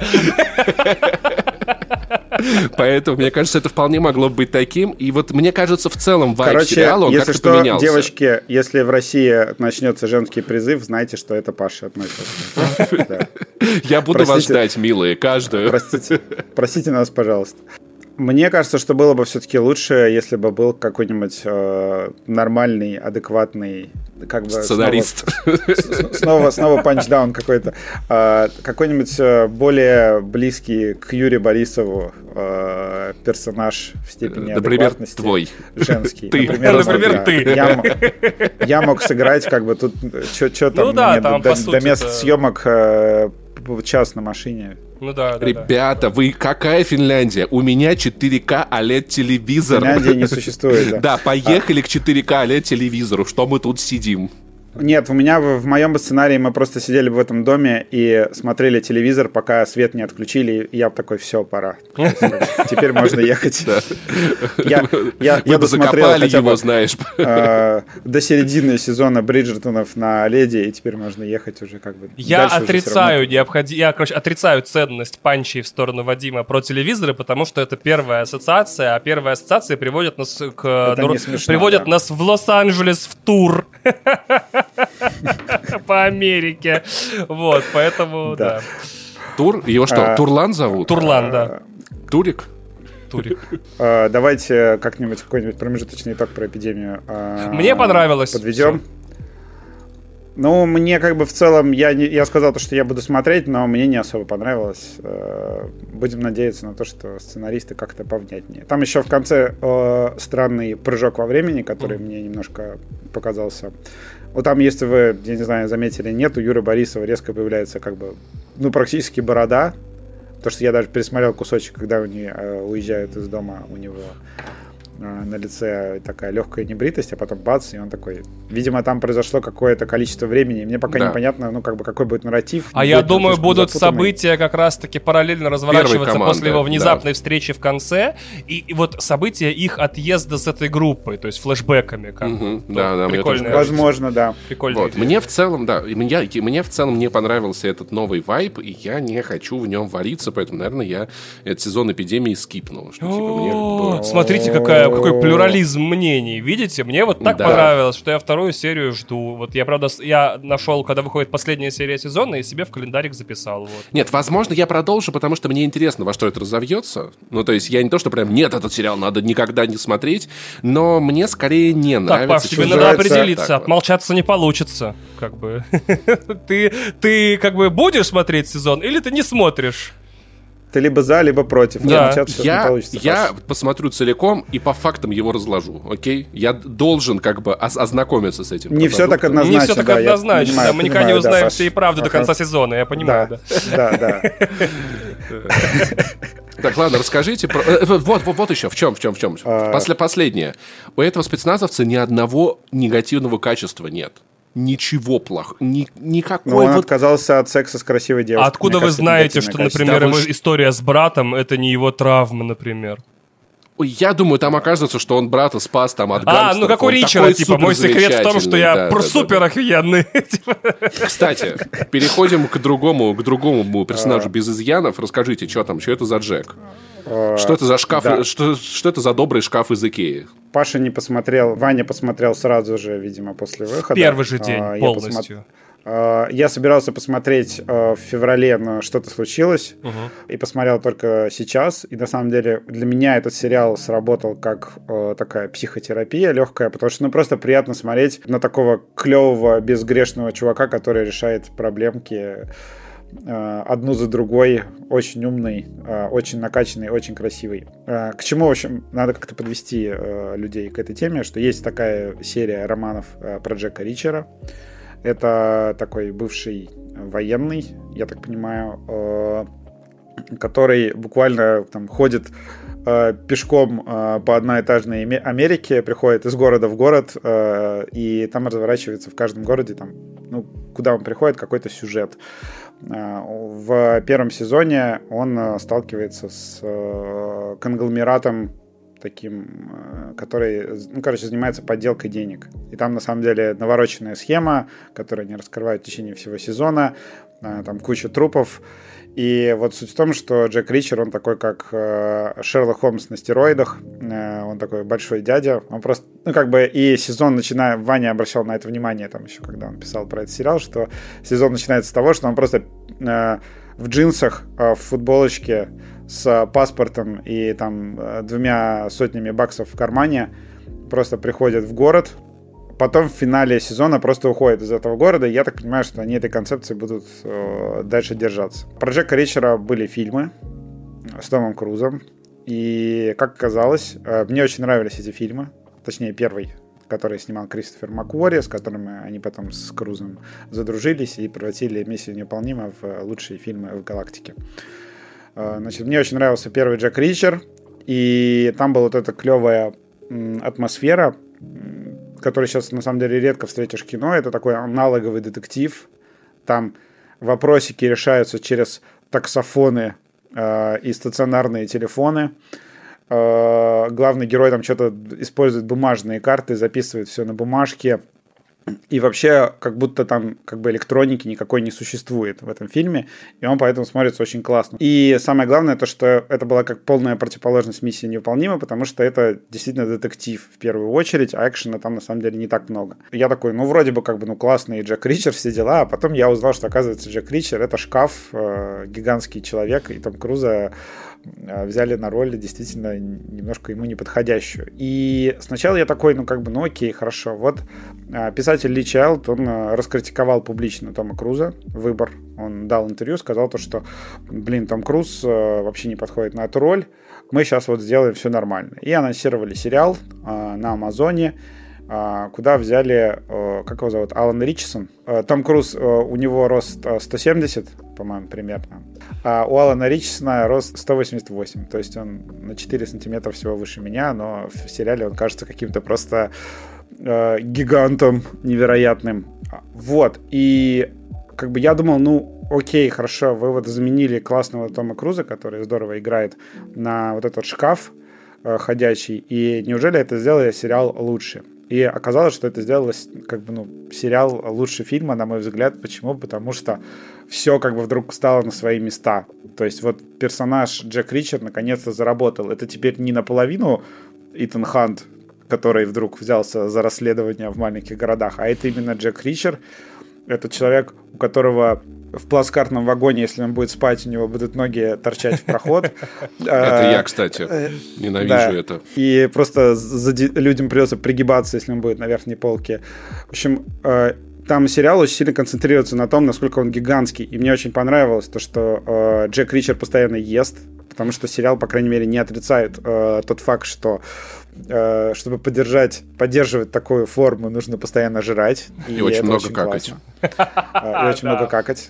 Поэтому, мне кажется, это вполне могло быть таким. И вот мне кажется, в целом вайб сериала, он как-то поменялся. Девочки, если в России начнется женский призыв, знайте, что это Паша относится. Я буду вас ждать, милые, каждую. Простите нас, пожалуйста. Мне кажется, что было бы все-таки лучше, если бы был какой-нибудь нормальный, адекватный, как бы сценарист. Снова панчдаун какой-то. Какой-нибудь более близкий к Юрию Борисову персонаж в степени адекватности. Твой. Женский. Например, ты. Я мог сыграть, как бы тут, что там, до места съемок час на машине. Ну да. Ребята, вы какая Финляндия? У меня 4К OLED-телевизор. Финляндия не существует, да. Да, поехали к 4К OLED-телевизору. Что мы тут сидим? Нет, в моем сценарии мы просто сидели в этом доме и смотрели телевизор, пока свет не отключили, и я такой, все, пора. Теперь можно ехать. Мы бы закопали его, знаешь. До середины сезона Бриджертонов на Леди, и теперь можно ехать уже как бы. Я отрицаю отрицаю ценность панчей в сторону Вадима про телевизоры, потому что это первая ассоциация, а первая ассоциация приводит нас нас в Лос-Анджелес в тур. По Америке. Вот, поэтому, да. Тур? Его что, Турлан зовут? Турлан, да. Турик? Давайте как-нибудь какой-нибудь промежуточный итог про эпидемию мне понравилось. Подведем. Ну, мне как бы в целом, я сказал то, что я буду смотреть, но мне не особо понравилось. Будем надеяться на то, что сценаристы как-то повнятнее. Там еще в конце странный прыжок во времени, который мне немножко показался. Вот там, если вы, я не знаю, заметили, нет, у Юры Борисова резко появляется как бы, ну, практически борода. Потому что я даже пересмотрел кусочек, когда они уезжают из дома, у него на лице такая легкая небритость, а потом бац, и он такой... Видимо, там произошло какое-то количество времени, мне пока непонятно, ну, как бы, какой будет нарратив. А я думаю, будут события как раз-таки параллельно разворачиваться после его внезапной встречи в конце, и вот события их отъезда с этой группой, то есть флешбэками. Прикольно. Возможно, да. Вот. Мне в целом, мне в целом не понравился этот новый вайб, и я не хочу в нем вариться, поэтому, наверное, я этот сезон эпидемии скипнул. Смотрите, какой плюрализм мнений. Видите, мне вот так понравилось, что я вторую серию жду. Вот я, правда, нашел, когда выходит последняя серия сезона, и себе в календарик записал. Вот. Нет, возможно, я продолжу, потому что мне интересно, во что это разовьется. Ну, то есть, я не то, что прям, нет, этот сериал надо никогда не смотреть, но мне скорее не нравится. Так, Паш, тебе надо определиться, отмолчаться не получится. Как бы. Ты как бы будешь смотреть сезон, или ты не смотришь? Ты либо за, либо против. Да. Я посмотрю целиком и по фактам его разложу, окей? Я должен как бы ознакомиться с этим. Не все так однозначно. Не все так однозначно. Мы никогда не узнаем всей правды до конца сезона, я понимаю. Да. Так, ладно, расскажите. Вот еще, в чем? Последнее. У этого спецназовца ни одного негативного качества нет. Ничего плохого. Никакой. Но он отказался от секса с красивой девушкой. Откуда вы знаете, что, например, его история с братом — это не его травма, например? Я думаю, там окажется, что он брата спас там от гангстеров. Ну как у Ричера, типа, мой секрет в том, что я супер охуенный. Кстати, переходим к другому персонажу без изъянов. Расскажите, что это за Джек? Что это за шкаф? Да. Что это за добрый шкаф из Икеи? Паша не посмотрел, Ваня посмотрел сразу же, видимо, после выхода. В первый же день, полностью. Я собирался посмотреть в феврале, но что-то случилось, и посмотрел только сейчас. И на самом деле для меня этот сериал сработал как такая психотерапия легкая, потому что просто приятно смотреть на такого клевого, безгрешного чувака, который решает проблемки одну за другой, очень умный, очень накачанный, очень красивый. К чему, в общем, надо как-то подвести людей к этой теме, что есть такая серия романов про Джека Ричера. Это такой бывший военный, я так понимаю, который буквально там ходит пешком по одноэтажной Америке, приходит из города в город, и там разворачивается в каждом городе, там, ну, куда он приходит, какой-то сюжет. В первом сезоне он сталкивается с конгломератом таким, который, ну, короче, занимается подделкой денег. И там, на самом деле, навороченная схема, которую они раскрывают в течение всего сезона, там куча трупов. И вот суть в том, что Джек Ричер, он такой, как Шерлок Холмс на стероидах, он такой большой дядя, он просто, ну, как бы, и сезон начинает, Ваня обращал на это внимание, там еще, когда он писал про этот сериал, что сезон начинается с того, что он просто в джинсах, в футболочке с паспортом и там 200 баксов в кармане просто приходит в город. Потом в финале сезона просто уходят из этого города, и я так понимаю, что они этой концепции будут дальше держаться. Про Джека Ричера были фильмы с Томом Крузом, и, как оказалось, мне очень нравились эти фильмы, точнее, первый, который снимал Кристофер МакКуори, с которым они потом с Крузом задружились и превратили «Миссию невыполнима» в лучшие фильмы в галактике. Значит, мне очень нравился первый Джек Ричер, и там была вот эта клевая атмосфера, который сейчас, на самом деле, редко встретишь в кино. Это такой аналоговый детектив. Там вопросики решаются через таксофоны и стационарные телефоны. Главный герой там что-то использует бумажные карты, записывает все на бумажке. И вообще, как будто там как бы электроники никакой не существует в этом фильме, и он поэтому смотрится очень классно. И самое главное, то, что это была как полная противоположность «Миссии невыполнима», потому что это действительно детектив в первую очередь, а экшена там на самом деле не так много. Я такой, ну, вроде бы как бы, ну, классный Джек Ричер, все дела, а потом я узнал, что, оказывается, Джек Ричер — это шкаф, гигантский человек, и Том Круза взяли на роль действительно немножко ему неподходящую. И сначала я такой, ну, как бы, ну, окей, хорошо. Вот писатель Ли Чайлд, он раскритиковал публично Тома Круза, «Выбор». Он дал интервью, сказал то, что, блин, Том Круз вообще не подходит на эту роль, мы сейчас вот сделаем все нормально. И анонсировали сериал на Амазоне, куда взяли, как его зовут, Алан Ричсон. Том Круз, у него рост 170, по-моему, примерно. А у Алана Ричсона рост 188. То есть он на 4 сантиметра всего выше меня, но в сериале он кажется каким-то просто гигантом невероятным. Вот. И как бы я думал, ну, окей, хорошо, вы вот заменили классного Тома Круза, который здорово играет, на вот этот шкаф ходячий. И неужели это сделали сериал лучше? И оказалось, что это сделалось, как бы, ну, сериал лучше фильма, на мой взгляд. Почему? Потому что все как бы вдруг стало на свои места. То есть вот персонаж Джек Ричер наконец-то заработал. Это теперь не наполовину Итан Хант, который вдруг взялся за расследование в маленьких городах, а это именно Джек Ричер. Это человек, у которого в плацкартном вагоне, если он будет спать, у него будут ноги торчать в проход. Это я, кстати. Ненавижу это. И просто людям придется пригибаться, если он будет на верхней полке. В общем, там сериал очень сильно концентрируется на том, насколько он гигантский. И мне очень понравилось то, что Джек Ричер постоянно ест, потому что сериал, по крайней мере, не отрицает тот факт, что чтобы поддерживать такую форму, нужно постоянно жрать. И очень много какать. И очень много какать.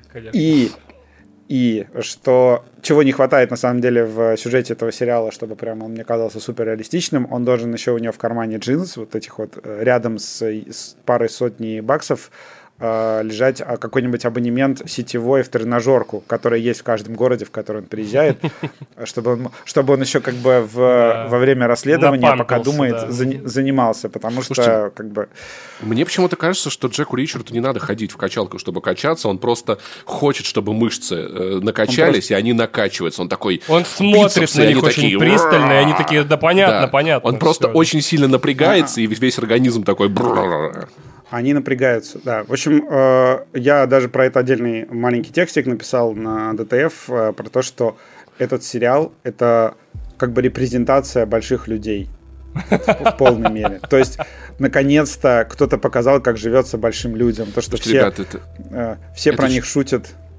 И что, чего не хватает, на самом деле, в сюжете этого сериала, чтобы прямо он мне казался суперреалистичным, он должен еще у него в кармане джинс, вот этих вот, рядом с парой сотни баксов, лежать какой-нибудь абонемент сетевой в тренажерку, который есть в каждом городе, в который он приезжает, чтобы он еще как бы во время расследования, пока думает, занимался, потому что как бы... Мне почему-то кажется, что Джеку Ричарду не надо ходить в качалку, чтобы качаться, он просто хочет, чтобы мышцы накачались, и они накачиваются. Он такой... Он смотрит на них очень пристально, и они такие, да понятно, понятно. Он просто очень сильно напрягается, и весь организм такой... Они напрягаются, да. В общем, я даже про это отдельный маленький текстик написал на ДТФ, про то, что этот сериал — это как бы репрезентация больших людей в полной мере. То есть, наконец-то кто-то показал, как живется большим людям. То, что все про них шутят.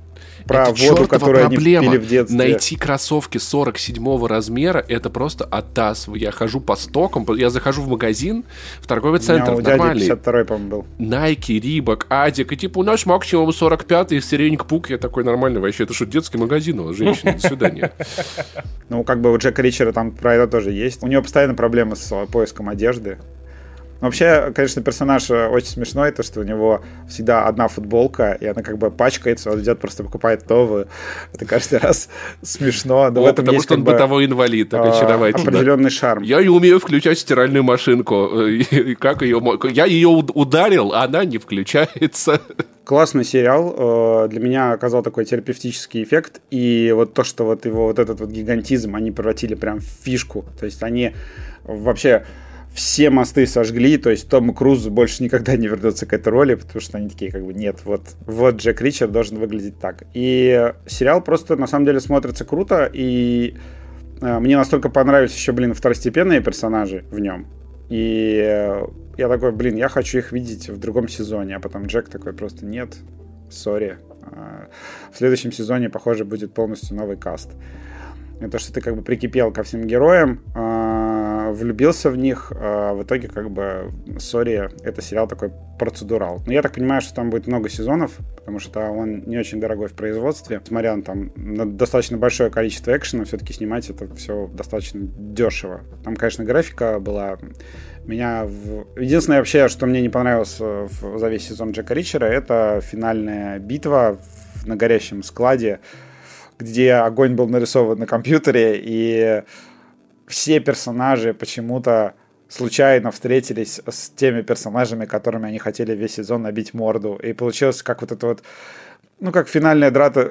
про это воду, которую проблема. Они пили в детстве. Найти кроссовки 47 размера, это просто атас. Я хожу по стокам, я захожу в магазин, в торговый центр, у нормальный. дяди 52-й, по-моему, был. Nike, Reebok, Адик, и типа у нас максимум 45-й, сиренник Пук. Я такой, нормальный вообще, это что, детский магазин у вас, женщина, до свидания. Ну, как бы у Джека Ричера там про это тоже есть. У него постоянно проблемы с поиском одежды. Вообще, конечно, персонаж очень смешной, то, что у него всегда одна футболка, и она как бы пачкается, он идет, просто покупает новую. Это каждый раз смешно. Но в этом потому есть, что он бытовой инвалид, так очаровательно. Определенный шарм. Я не умею включать стиральную машинку. Как ее... Я ее ударил, а она не включается. Классный сериал. Для меня оказал такой терапевтический эффект. И вот то, что вот его вот этот вот гигантизм они превратили прям в фишку. То есть они вообще... Все мосты сожгли, то есть Том Круз больше никогда не вернется к этой роли, потому что они такие, как бы, нет, вот Джек Ричер должен выглядеть так. И сериал просто, на самом деле, смотрится круто, и мне настолько понравились еще, второстепенные персонажи в нем. И я такой, я хочу их видеть в другом сезоне, а потом Джек такой просто, нет, сори. В следующем сезоне, похоже, будет полностью новый каст. И то, что ты как бы прикипел ко всем героям, влюбился в них, в итоге как бы, сори, это сериал такой процедурал. Но я так понимаю, что там будет много сезонов, потому что он не очень дорогой в производстве. Несмотря на достаточно большое количество экшена, все-таки снимать это все достаточно дешево. Там, конечно, графика была... Единственное вообще, что мне не понравилось за весь сезон Джека Ричера, это финальная битва на горящем складе, где огонь был нарисован на компьютере, и все персонажи почему-то случайно встретились с теми персонажами, которыми они хотели весь сезон набить морду. И получилось как вот это вот, как финальная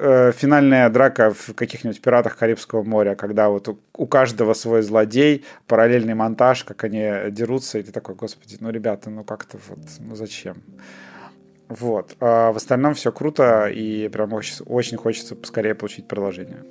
драка в каких-нибудь «Пиратах Карибского моря», когда вот у каждого свой злодей, параллельный монтаж, как они дерутся, и ты такой, господи, ребята, как-то зачем? Вот. А в остальном все круто, и прям очень хочется поскорее получить продолжение.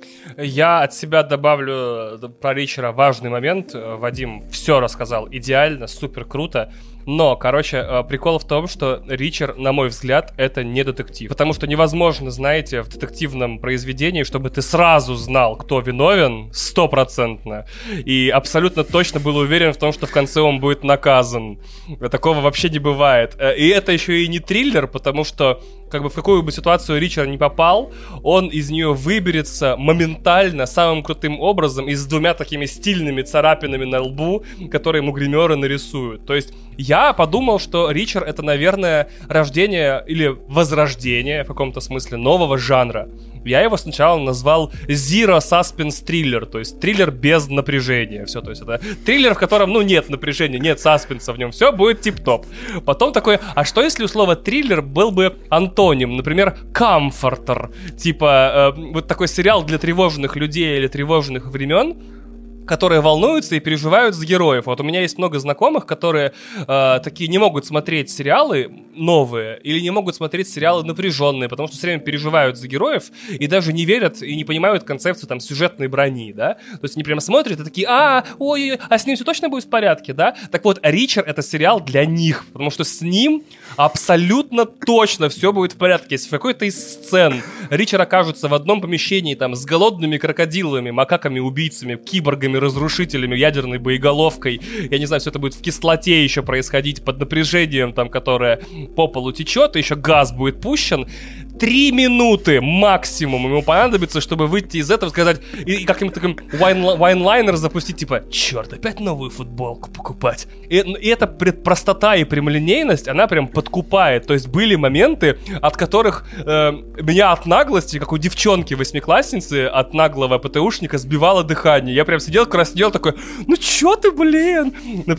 Я от себя добавлю про Ричера важный момент. Вадим все рассказал идеально, супер круто. Но, прикол в том, что Ричер, на мой взгляд, это не детектив. Потому что невозможно, знаете, в детективном произведении, чтобы ты сразу знал, кто виновен, 100%. И абсолютно точно был уверен в том, что в конце он будет наказан. Такого вообще не бывает. И это еще и не триллер, потому что в какую бы ситуацию Ричер не попал, он из нее выберется моментально, самым крутым образом, и с 2 такими стильными царапинами на лбу, которые ему гримеры нарисуют. То есть я подумал, что Ричер — это, наверное, рождение или возрождение в каком-то смысле нового жанра. Я его сначала назвал Zero Suspense Thriller, то есть триллер без напряжения. Все, то есть это триллер, в котором, нет напряжения, нет саспенса в нем, все будет тип-топ. Потом такой, а что если у слова триллер был бы антоним, например, комфортер, типа вот такой сериал для тревожных людей или тревожных времен, которые волнуются и переживают за героев. Вот у меня есть много знакомых, которые такие не могут смотреть сериалы новые или не могут смотреть сериалы напряженные, потому что все время переживают за героев и даже не верят и не понимают концепцию сюжетной брони, да? То есть они прямо смотрят и такие, а с ним все точно будет в порядке, да? Так вот, Ричер — это сериал для них, потому что с ним абсолютно точно все будет в порядке. Если в какой-то из сцен Ричер окажется в одном помещении с голодными крокодилами, макаками-убийцами, киборгами, разрушителями, ядерной боеголовкой, я не знаю, все это будет в кислоте еще происходить под напряжением, которое по полу течет, и еще газ будет пущен, 3 минуты максимум ему понадобится, чтобы выйти из этого, сказать, и каким-то таким вайнлайнер запустить, типа, черт, опять новую футболку покупать. И эта простота и прямолинейность, она прям подкупает. То есть были моменты, от которых меня от наглости, как у девчонки 8-классницы, от наглого ПТУшника сбивало дыхание. Я прям сидел, краснел, такой, чё ты, блин?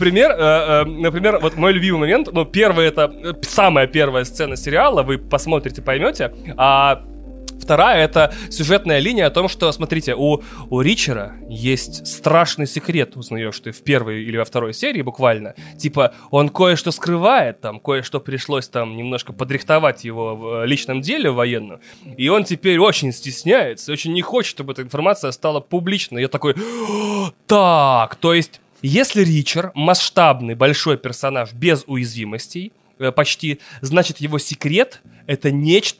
Например, вот мой любимый момент, первый, это самая первая сцена сериала, вы посмотрите, поймете, а вторая — это сюжетная линия о том, что, смотрите, у Ричера есть страшный секрет, узнаешь ты в первой или во второй серии буквально. Типа, он кое-что скрывает, кое-что пришлось немножко подрихтовать его в личном деле военном, и он теперь очень стесняется, очень не хочет, чтобы эта информация стала публичной. Я такой, так, то есть, если Ричер масштабный, большой персонаж без уязвимостей, почти, значит, его секрет — это нечто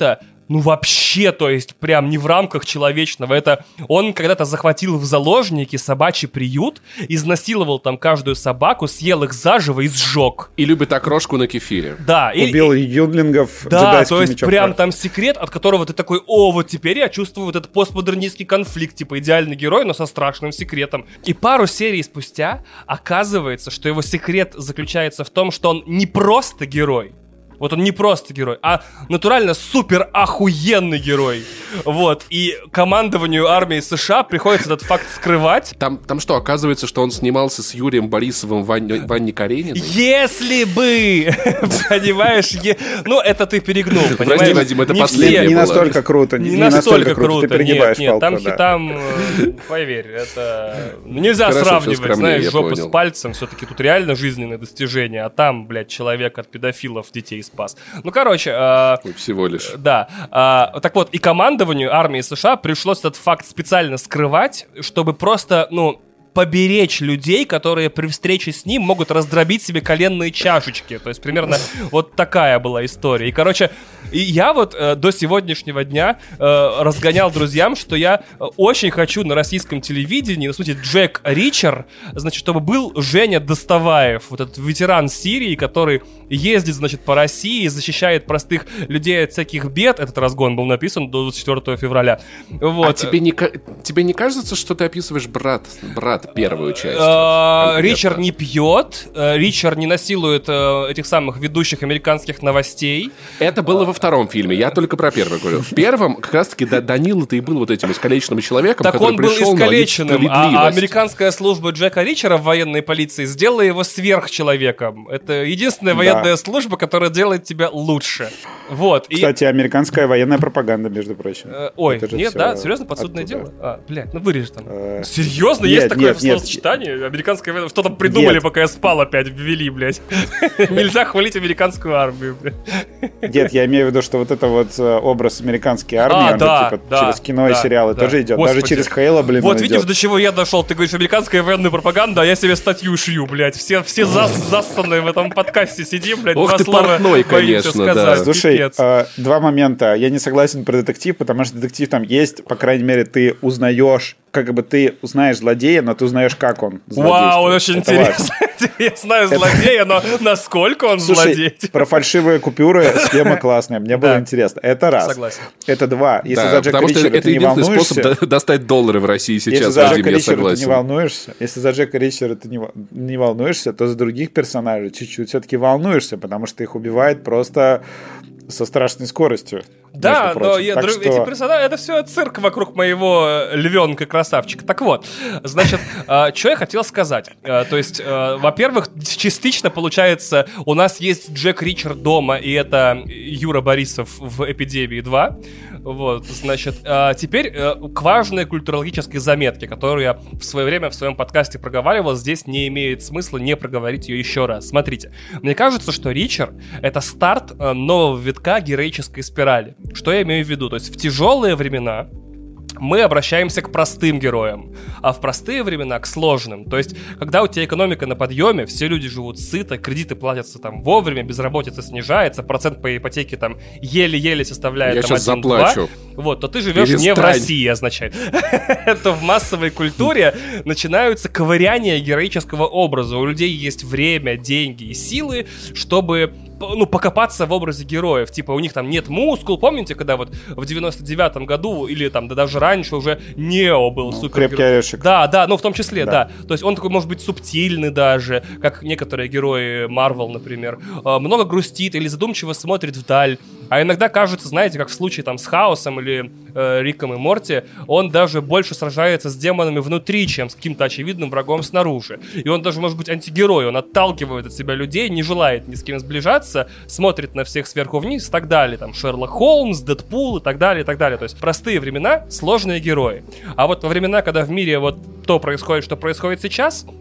ну вообще, то есть прям не в рамках человечного. Это он когда-то захватил в заложники собачий приют, изнасиловал там каждую собаку, съел их заживо и сжег. И любит окрошку на кефире. Да. Убил юнглингов. Да, то есть прям там секрет, от которого ты такой, о, вот теперь я чувствую вот этот постмодернистский конфликт, типа идеальный герой, но со страшным секретом. И пару серий спустя оказывается, что его секрет заключается в том, что он не просто герой. Вот он не просто герой, а натурально супер охуенный герой. Вот. И командованию армии США приходится этот факт скрывать. Там что, оказывается, что он снимался с Юрием Борисовым в Ванне Карениной? Если бы! Понимаешь? Ну, это ты перегнул. Прости, Вадим, это последнее. Не настолько круто. Не настолько круто. Ты перегибаешь палку. Там да. хитам, поверь, это... Нельзя сравнивать, знаешь, жопу с пальцем. Все-таки тут реально жизненное достижение. А там, блядь, человек от педофилов детей спас. Ну, короче... всего лишь. Да. Так вот, и командованию армии США пришлось этот факт специально скрывать, чтобы просто, поберечь людей, которые при встрече с ним могут раздробить себе коленные чашечки. То есть примерно вот такая была история. И, короче, я вот до сегодняшнего дня разгонял друзьям, что я очень хочу на российском телевидении, на сути, Джек Ричер, значит, чтобы был Женя Доставаев, вот этот ветеран Сирии, который ездит, значит, по России, защищает простых людей от всяких бед. Этот разгон был написан до 24 февраля. Вот. А тебе не кажется, что ты описываешь брат первую часть? Ричард не пьет, Ричард не насилует этих самых ведущих американских новостей. Это было во втором фильме, я только про первый говорю. В первом как раз-таки Данила-то и был вот этим искалеченным человеком, так который пришел он был искалеченным, а американская служба Джека Ричера в военной полиции сделала его сверхчеловеком. Это единственная военная служба, которая делает тебя лучше. Вот. Кстати, американская военная пропаганда, между прочим. Ой, нет, да? Серьезно, подсудное дело? Блядь, вырежь там. Серьезно? Есть такое словосочетание? Американская военная... Что там придумали, пока я спал опять, ввели, блядь. Нельзя хвалить американскую армию, блядь. Нет, я имею в виду, что вот это вот образ американской армии, он типа через кино и сериалы тоже идет. Даже через Хейла, блин, вот видишь, до чего я дошел. Ты говоришь, американская военная пропаганда, а я себе статью шью, блядь. Все зассанные в этом подкасте сидим, блядь, два слова боимся сказать. Слушай, два момента. Я не согласен про детектив, потому что детектив там есть, по крайней мере, ты узнаешь, как бы ты узнаешь злодея, но ты узнаешь, как он злодействует. Вау, очень интересно. Я знаю злодея, но насколько он злодей? Про фальшивые купюры схема классная. Мне было интересно. Это раз. Согласен. Это два. Если за Джека Ричера ты не волнуешься... Это единственный способ достать доллары в России сейчас. Если за Джека Ричера ты не волнуешься, если за Джека Ричера ты не волнуешься, то за других персонажей чуть-чуть все-таки волнуешься, потому что их убивает просто со страшной скоростью. Да, но эти персонажи, это все цирк вокруг моего львенка-красавчика. Так вот, значит, что я хотел сказать. То есть, во-первых, частично, получается, у нас есть Джек Ричер дома, и это Юра Борисов в «Эпидемии 2». Вот, значит, теперь к важной культурологической заметке, которую я в свое время в своем подкасте проговаривал, здесь не имеет смысла не проговорить ее еще раз. Смотрите, мне кажется, что Ричер — это старт нового витка героической спирали. Что я имею в виду? То есть в тяжелые времена мы обращаемся к простым героям, а в простые времена к сложным. То есть, когда у тебя экономика на подъеме, все люди живут сыто, кредиты платятся там вовремя, безработица снижается, процент по ипотеке там еле-еле составляет там 1-2, вот, то ты живешь не в России, означает. Это в массовой культуре начинаются ковыряния героического образа. У людей есть время, деньги и силы, чтобы покопаться в образе героев. Типа, у них там нет мускул. Помните, когда вот в 99-м году, или там, да даже раньше уже Нео был супергерой. Крепкий орешек. Да, в том числе, да. То есть он такой, может быть, субтильный даже, как некоторые герои Марвел, например. Много грустит или задумчиво смотрит вдаль. А иногда кажется, знаете, как в случае там с Хаосом или Риком и Морти, он даже больше сражается с демонами внутри, чем с каким-то очевидным врагом снаружи. И он даже может быть антигерой, он отталкивает от себя людей, не желает ни с кем сближаться, смотрит на всех сверху вниз и так далее. Там Шерлок Холмс, Дэдпул и так далее, и так далее. То есть простые времена, сложные герои. А вот во времена, когда в мире вот то происходит, что происходит сейчас,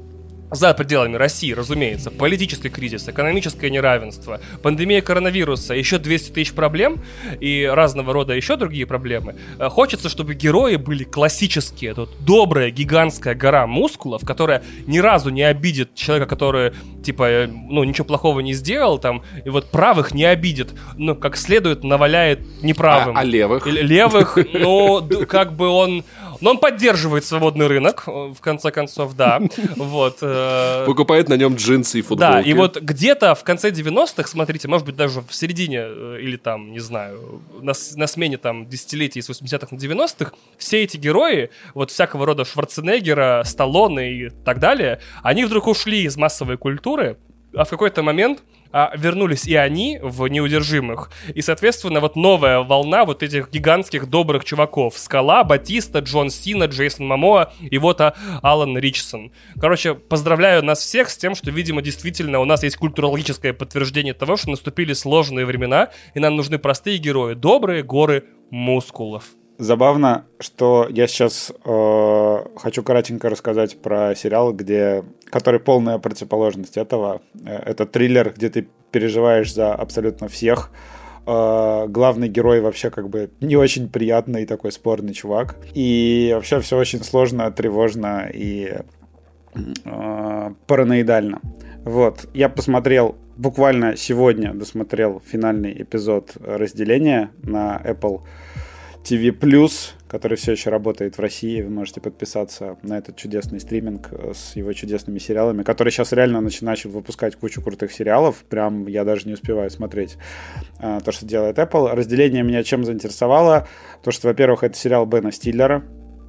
за пределами России, разумеется, политический кризис, экономическое неравенство, пандемия коронавируса, еще 200 тысяч проблем и разного рода еще другие проблемы, хочется, чтобы герои были классические. Тут добрая гигантская гора мускулов, которая ни разу не обидит человека, который, типа, ну, ничего плохого не сделал, там, и вот правых не обидит, ну, как следует наваляет неправым. А левых? Левых, ну, как бы он... Но он поддерживает свободный рынок, в конце концов, да. Вот. Покупает на нем джинсы и футболки. Да, и вот где-то в конце 90-х, смотрите, может быть, даже в середине или там, не знаю, на смене там десятилетий с 80-х на 90-х, все эти герои, вот всякого рода Шварценеггера, Сталлоне и так далее, они вдруг ушли из массовой культуры, а в какой-то момент вернулись и они в «Неудержимых». И, соответственно, вот новая волна вот этих гигантских добрых чуваков. Скала, Батиста, Джон Сина, Джейсон Момоа и вот Алан Ричсон. Короче, поздравляю нас всех с тем, что, видимо, действительно у нас есть культурологическое подтверждение того, что наступили сложные времена, и нам нужны простые герои. Добрые горы мускулов. Забавно, что я сейчас хочу коротенько рассказать про сериал, который полная противоположность этого. Это триллер, где ты переживаешь за абсолютно всех. Главный герой вообще как бы не очень приятный, такой спорный чувак. И вообще все очень сложно, тревожно и параноидально. Вот. Я посмотрел, буквально сегодня досмотрел финальный эпизод «Разделения» на Apple TV+, который все еще работает в России. Вы можете подписаться на этот чудесный стриминг с его чудесными сериалами, который сейчас реально начал выпускать кучу крутых сериалов. Прям я даже не успеваю смотреть то, что делает Apple. «Разделение» меня чем заинтересовало? То, что, во-первых, это сериал Бена Стиллера.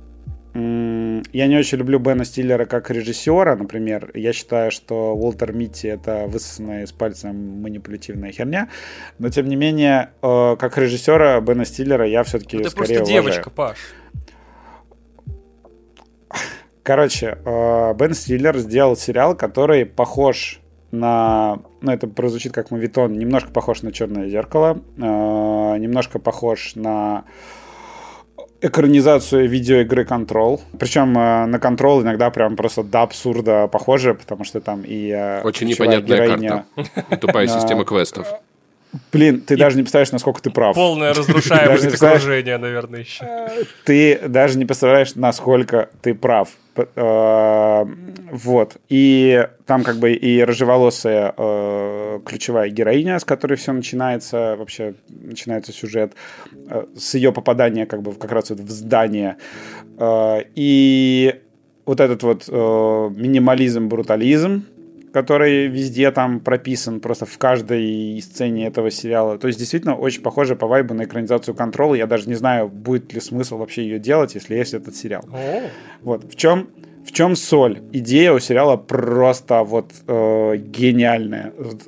Я не очень люблю Бена Стиллера как режиссера, например. Я считаю, что Уолтер Митти — это высосанная из пальца манипулятивная херня. Но, тем не менее, как режиссера Бена Стиллера я все-таки скорее уважаю. Ты просто девочка, Паш. Короче, Бен Стиллер сделал сериал, который похож на... Ну, это прозвучит как моветон. Немножко похож на «Черное зеркало». Немножко похож на... экранизацию видеоигры Control. Причем на Control иногда прям просто до абсурда похоже, потому что там и... Очень непонятная карта. И тупая система квестов. Блин, ты даже не представляешь, насколько ты прав. Полная разрушаемость окружения, наверное, еще. Ты даже не представляешь, насколько ты прав. Вот. И там как бы и рыжеволосая ключевая героиня, с которой все начинается, вообще начинается сюжет, с ее попадания как бы как раз вот в здание. И вот этот вот минимализм, брутализм, который везде там прописан, просто в каждой сцене этого сериала. То есть действительно очень похоже по вайбу на экранизацию Control. Я даже не знаю, будет ли смысл вообще ее делать, если есть этот сериал. Вот. В чем соль? Идея у сериала просто вот гениальная.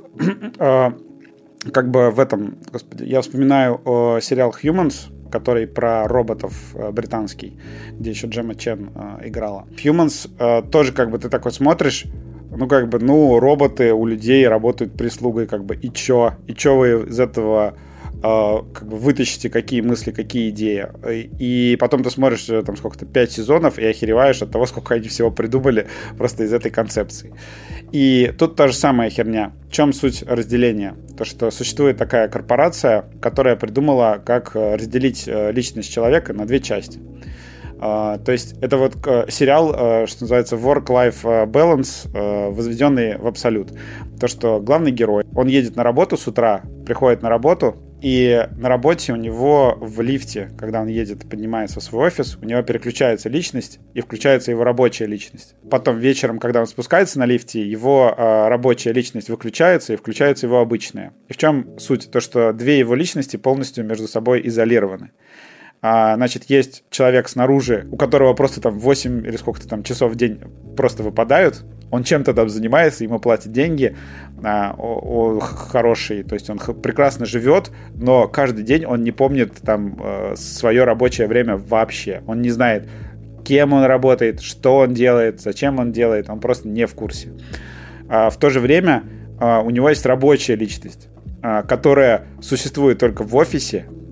Как бы в этом, господи, я вспоминаю сериал Humans, который про роботов британский, где еще Джемма Чен играла. Humans тоже как бы ты такой смотришь, ну, как бы, ну, роботы у людей работают прислугой, как бы, и чё? И чё вы из этого как бы вытащите, какие мысли, какие идеи? И потом ты смотришь, там, сколько-то, 5 сезонов, и охереваешь от того, сколько они всего придумали просто из этой концепции. И тут та же самая херня. В чем суть разделения? То, что существует такая корпорация, которая придумала, как разделить личность человека на 2 части. То есть это вот сериал, что называется Work-Life Balance, возведенный в абсолют. То, что главный герой, он едет на работу с утра, приходит на работу, и на работе у него в лифте, когда он едет, поднимается в свой офис, у него переключается личность и включается его рабочая личность. Потом вечером, когда он спускается на лифте, его рабочая личность выключается и включается его обычная. И в чем суть? То, что 2 его личности полностью между собой изолированы. Значит, есть человек снаружи, у которого просто там 8 или сколько-то там часов в день просто выпадают. Он чем-то там занимается, ему платят деньги хорошие, то есть он прекрасно живет, но каждый день он не помнит там свое рабочее время вообще. Он не знает, кем он работает, что он делает, зачем он делает, он просто не в курсе. В то же время у него есть рабочая личность, которая существует только в офисе,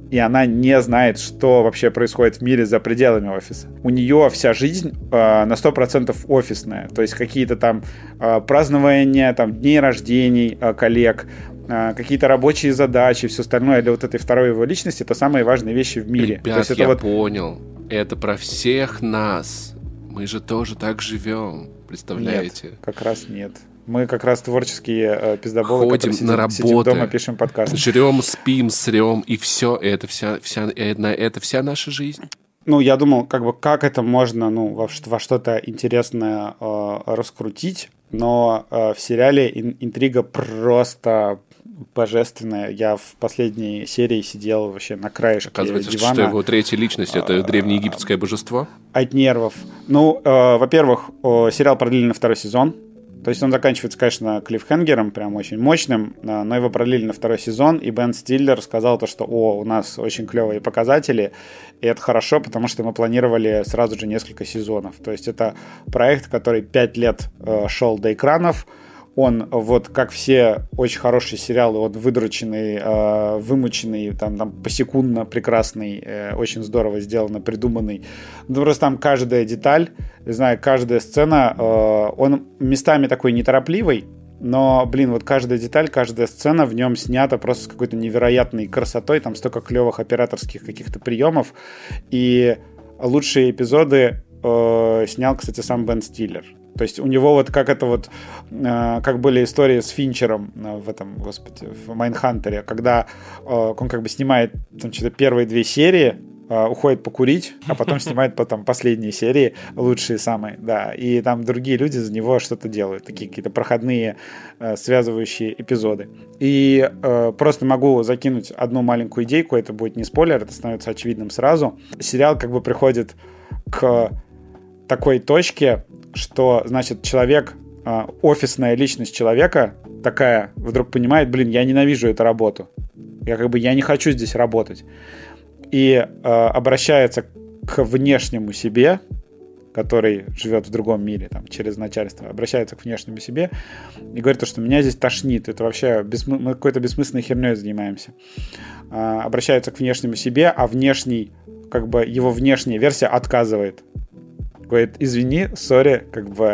и она не знает, что вообще происходит в мире за пределами офиса. У нее вся жизнь на 100% офисная. То есть какие-то там празднования, там, дней рождений коллег, какие-то рабочие задачи, все остальное для вот этой второй его личности, это самые важные вещи в мире. Ребят, то есть это я понял. Это про всех нас. Мы же тоже так живем. Представляете? Нет, как раз нет. Мы как раз творческие пиздоболы, ходим на работу, сидим дома, пишем подкаст. Жрем, спим, срем, и все. Это вся наша жизнь. Ну, я думал, как это можно во что-то интересное раскрутить, но в сериале интрига просто божественная. Я в последней серии сидел вообще на краешке Оказывается, дивана. что его третья личность — это древнеегипетское божество? От нервов. Ну, во-первых, сериал продлили на 2-й сезон. То есть он заканчивается, конечно, клиффхенгером, прям очень мощным, но его продлили на 2-й сезон, и Бен Стиллер сказал то, что у нас очень клевые показатели, и это хорошо, потому что мы планировали сразу же несколько сезонов. То есть это проект, который 5 лет шел до экранов. Он, вот как все очень хорошие сериалы, он выдроченный, вымученный, там посекундно прекрасный, очень здорово сделанно, придуманный. Ну, просто там каждая деталь, не знаю, каждая сцена, он местами такой неторопливый, но, вот каждая деталь, каждая сцена в нем снята просто с какой-то невероятной красотой, там столько клевых операторских каких-то приемов, и лучшие эпизоды снял, кстати, сам Бен Стиллер. То есть у него вот как были истории с Финчером в Майндхантере, когда он как бы снимает там что-то первые 2 серии, уходит покурить, а потом снимает потом последние серии, лучшие самые, да, и там другие люди за него что-то делают, такие какие-то проходные связывающие эпизоды. И просто могу закинуть одну маленькую идейку, это будет не спойлер, это становится очевидным сразу. Сериал как бы приходит к такой точке, что, значит, человек, офисная личность человека такая вдруг понимает, я ненавижу эту работу. Я не хочу здесь работать. И обращается к внешнему себе, который живет в другом мире, там, через начальство, обращается к внешнему себе и говорит, что меня здесь тошнит, это вообще мы какой-то бессмысленной херней занимаемся. Обращается к внешнему себе, а внешний, его внешняя версия отказывает. Говорит, извини, сори,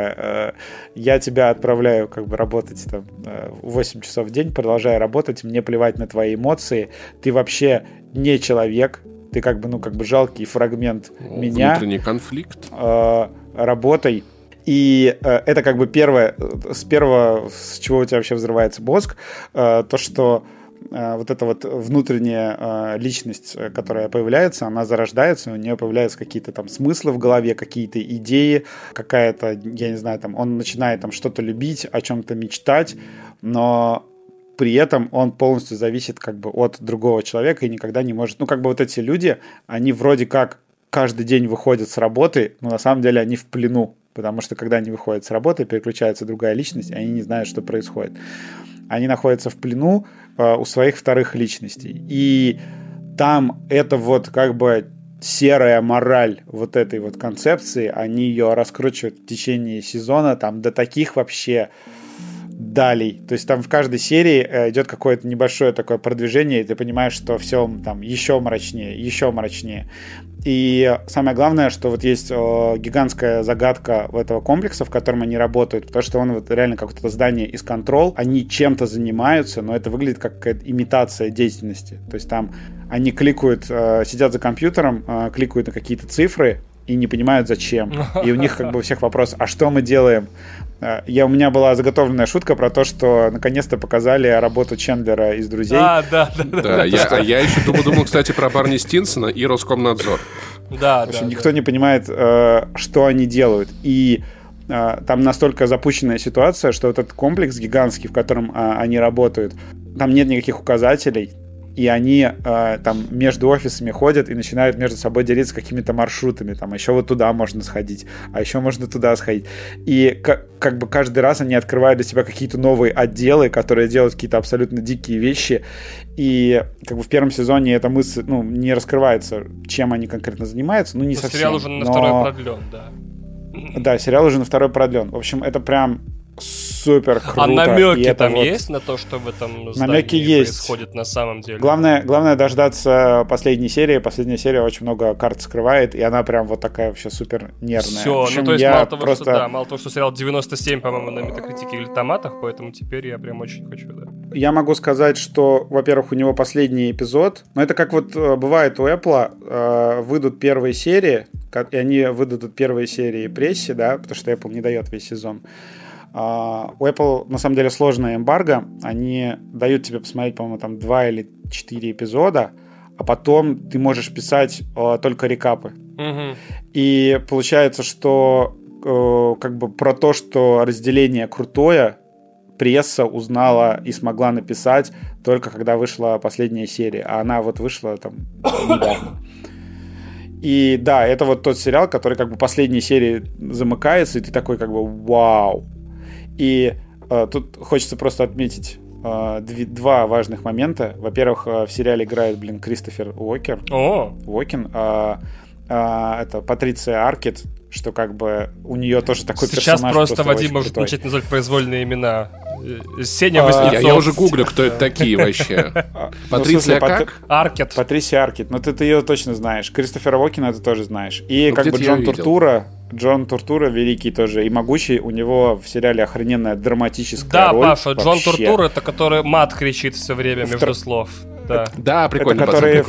я тебя отправляю работать 8 часов в день, продолжай работать, мне плевать на твои эмоции, ты вообще не человек, ты жалкий фрагмент меня. Внутренний конфликт. Работай. И это первое, с первого, с чего у тебя вообще взрывается мозг, то, что вот эта вот внутренняя личность, которая появляется, она зарождается, у нее появляются какие-то там смыслы в голове, какие-то идеи, какая-то, я не знаю, он начинает что-то любить, о чем-то мечтать, но при этом он полностью зависит от другого человека и никогда не может... вот эти люди, они вроде как каждый день выходят с работы, но на самом деле они в плену, потому что когда они выходят с работы, переключается другая личность, и они не знают, что происходит. Они находятся в плену у своих вторых личностей. И там это серая мораль вот этой вот концепции, они ее раскручивают в течение сезона до таких вообще далей. То есть там в каждой серии идет какое-то небольшое такое продвижение, и ты понимаешь, что все еще мрачнее. И самое главное, что есть гигантская загадка этого комплекса, в котором они работают, потому что он реально какое-то здание из Control, они чем-то занимаются, но это выглядит как какая-то имитация деятельности. То есть там они кликают, сидят за компьютером, кликают на какие-то цифры и не понимают, зачем. И у них у всех вопрос, а что мы делаем? У меня была заготовленная шутка про то, что наконец-то показали работу Чендлера из «Друзей». Да. Я еще думал, кстати, про Барни Стинсона и Роскомнадзор. В общем, никто не понимает, что они делают. И там настолько запущенная ситуация, что этот комплекс гигантский, в котором они работают, там нет никаких указателей, и они между офисами ходят и начинают между собой делиться какими-то маршрутами. Еще туда можно сходить, а еще можно туда сходить. И каждый раз они открывают для себя какие-то новые отделы, которые делают какие-то абсолютно дикие вещи. И в первом сезоне эта мысль не раскрывается, чем они конкретно занимаются. Не совсем. Сериал уже на второй продлен, да. Да, сериал уже на второй продлен. В общем, это прям супер круто. А намеки там вот... есть на то, что в этом намеки есть. Происходит на самом деле? Главное дождаться последней серии. Последняя серия очень много карт скрывает, и она прям вот такая вообще супер нервная. Все, ну то есть мало того, что сериал 97, по-моему, на Метакритике или Томатах, поэтому теперь я прям очень хочу, да. Я могу сказать, что, во-первых, у него последний эпизод, но это как вот бывает у Apple, выйдут первые серии, и они выдадут первые серии прессе, да, потому что Apple не дает весь сезон. У Apple, на самом деле, сложная эмбарго. Они дают тебе посмотреть, по-моему, там 2 или 4 эпизода, а потом ты можешь писать только рекапы. Угу. И получается, что как бы про то, что разделение крутое, пресса узнала и смогла написать только когда вышла последняя серия. А она вот вышла там недавно. И да, это вот тот сериал, который как бы последней серии замыкается, и ты такой как бы вау. И тут хочется просто отметить два важных момента. Во-первых, в сериале играет, Кристофер Уокен. Это Патриция Аркет, что как бы у нее тоже такой сейчас персонаж. Сейчас просто Вадим может начать называть произвольные имена. Сеня Вознецов. Я уже гуглю, кто это такие вообще. Патриция как? Аркет. Патрисия Аркет. Ну ты ее точно знаешь. Кристофера Уокена ты тоже знаешь. И как бы Джон Туртура, великий тоже и могучий, у него в сериале охрененная драматическая роль. Да, Паша, Джон Туртура, это который мат кричит все время между слов. Да, прикольно.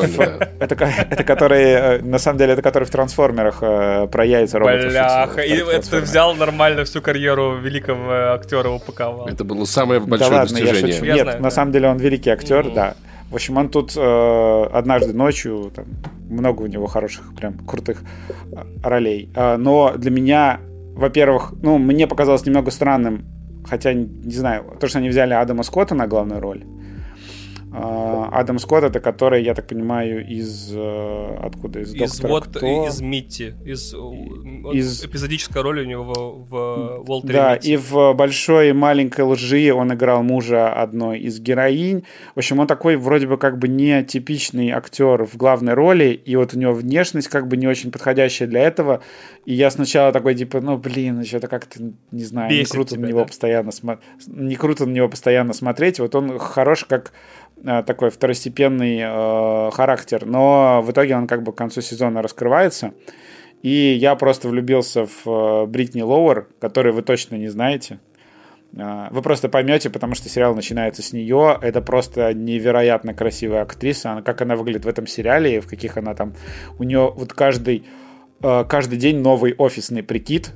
Это который, на самом деле, это который в «Трансформерах» про яйца роботов. Бляха, и это взял нормально всю карьеру великого актера, упаковал. Это было самое большое достижение. Нет, на самом деле он великий актер, да. В общем, он тут однажды ночью, там, много у него хороших, прям крутых ролей. Но для меня, во-первых, мне показалось немного странным, хотя, не знаю, то, что они взяли Адама Скотта на главную роль. Адам Скотт, это который, я так понимаю, откуда? Из «Доктора Кто?» Из Митти. Из эпизодической роли у него в Уолтере да, Митти. И в «Большой и маленькой лжи» он играл мужа одной из героинь. В общем, он такой вроде бы как бы не типичный актер в главной роли, и вот у него внешность как бы не очень подходящая для этого. И я сначала такой, типа, что-то как-то, не знаю, не круто на него постоянно смотреть. Вот он хорош как такой второстепенный характер, но в итоге он как бы к концу сезона раскрывается. И я просто влюбился в Бритни Лоуэр, которую вы точно не знаете. Вы просто поймете, потому что сериал начинается с нее. Это просто невероятно красивая актриса. Как она выглядит в этом сериале, и в каких она там... У нее вот каждый день новый офисный прикид.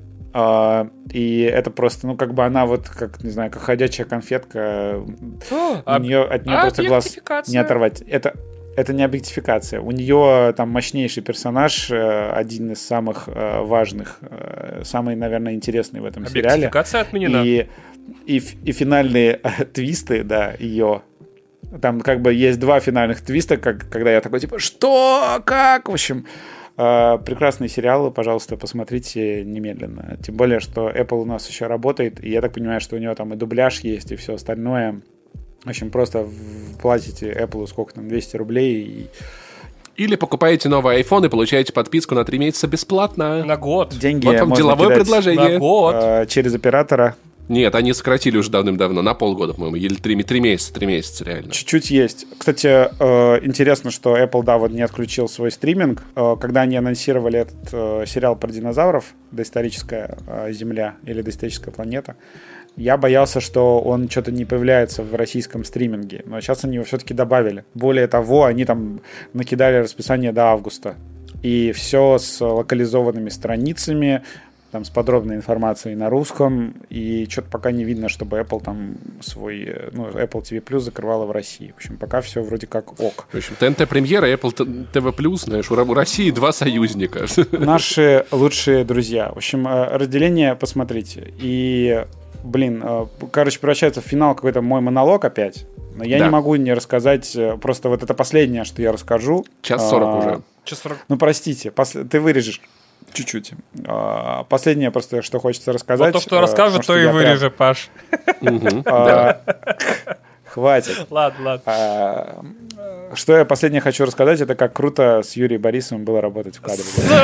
И это просто, как бы она вот, как, не знаю, как ходячая конфетка. От нее просто глаз не оторвать. Это не объектификация. У нее там мощнейший персонаж, один из самых важных, самый, наверное, интересный в этом сериале. Объектификация отменена. И финальные твисты, да, ее. Там как бы есть 2 финальных твиста, когда я такой, типа, что? Как? В общем... прекрасные сериалы, пожалуйста, посмотрите немедленно. Тем более, что Apple у нас еще работает, и я так понимаю, что у него там и дубляж есть, и все остальное. В общем, просто платите Apple сколько там, 200 рублей. Или покупаете новый iPhone и получаете подписку на 3 месяца бесплатно. На год. Деньги вот вам деловое предложение. На год. Через оператора. Нет, они сократили уже давным-давно, на полгода, по-моему, или 3 месяца реально. Чуть-чуть есть. Кстати, интересно, что Apple, да, вот не отключил свой стриминг. Когда они анонсировали этот сериал про динозавров, доисторическая Земля или доисторическая планета, я боялся, что он что-то не появляется в российском стриминге. Но сейчас они его все-таки добавили. Более того, они там накидали расписание до августа. И все с локализованными страницами, там, с подробной информацией на русском, и что-то пока не видно, чтобы Apple там свой, Apple TV Plus закрывала в России. В общем, пока все вроде как ок. В общем, ТНТ-премьера, Apple TV Plus, знаешь, у России 2 союзника. Наши лучшие друзья. В общем, разделение посмотрите. И, превращается в финал какой-то мой монолог опять. Но я не могу не рассказать, просто вот это последнее, что я расскажу. 1:40 уже. 1:40. Простите, ты вырежешь. Чуть-чуть. Последнее просто, что хочется рассказать. Вот то, что расскажут, то и вырежи, Паш. Хватит. Ладно. Что я последнее хочу рассказать, это как круто с Юрием Борисовым было работать в кадре.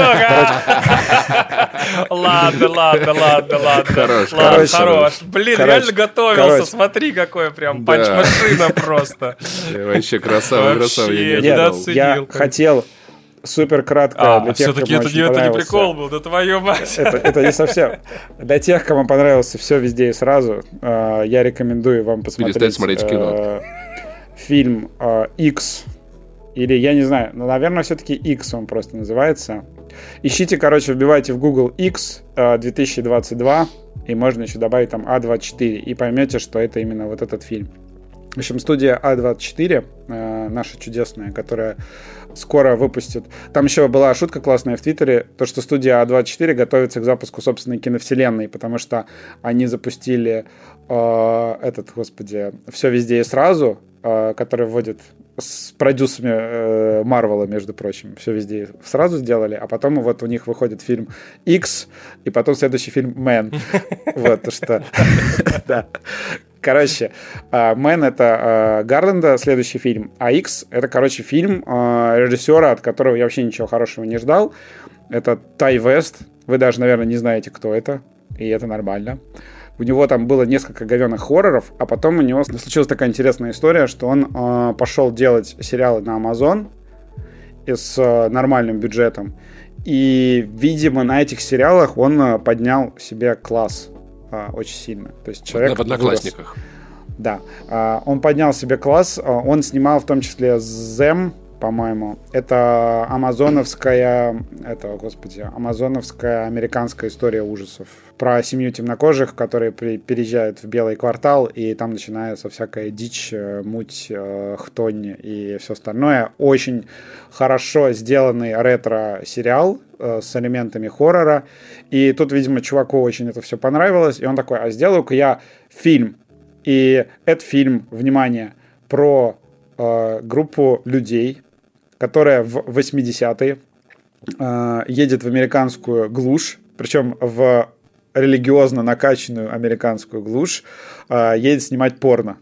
Ладно. Хорош. Блин, реально готовился. Смотри, какой прям панч-машина просто. Вообще красава. Я хотел супер кратко для тех, все-таки это не прикол был, да твою мать. Это не совсем. Для тех, кому понравился «Все везде и сразу», я рекомендую вам посмотреть фильм X, или я не знаю, наверное, все-таки X он просто называется. Ищите, вбивайте в Google X 2022, и можно еще добавить там А24, и поймете, что это именно вот этот фильм. В общем, студия А24, наша чудесная, которая скоро выпустит. Там еще была шутка классная в Твиттере, то, что студия А24 готовится к запуску собственной киновселенной, потому что они запустили «Все везде и сразу», который вводит с продюсерами Марвела, между прочим. «Все везде и сразу» сделали, а потом вот у них выходит фильм X, и потом следующий фильм Man. Вот, что... Да. Короче, «Мэн» — это Гарленда, следующий фильм, а «Икс» — это, фильм режиссера, от которого я вообще ничего хорошего не ждал. Это Ти Вест. Вы даже, наверное, не знаете, кто это, и это нормально. У него там было несколько говёных хорроров, а потом у него случилась такая интересная история, что он пошел делать сериалы на Amazon с нормальным бюджетом, и, видимо, на этих сериалах он поднял себе класс очень сильно. То есть человек в «Одноклассниках». Да. Он поднял себе класс. Он снимал в том числе «Зем», по-моему. Это амазоновская американская история ужасов. Про семью темнокожих, которые переезжают в Белый квартал, и там начинается всякая дичь, муть, хтонь и все остальное. Очень хорошо сделанный ретро-сериал с элементами хоррора. И тут, видимо, чуваку очень это все понравилось. И он такой, а сделаю-ка я фильм. И этот фильм, внимание, про группу людей, которая в 80-е едет в американскую глушь, причем в религиозно накачанную американскую глушь, едет снимать порно.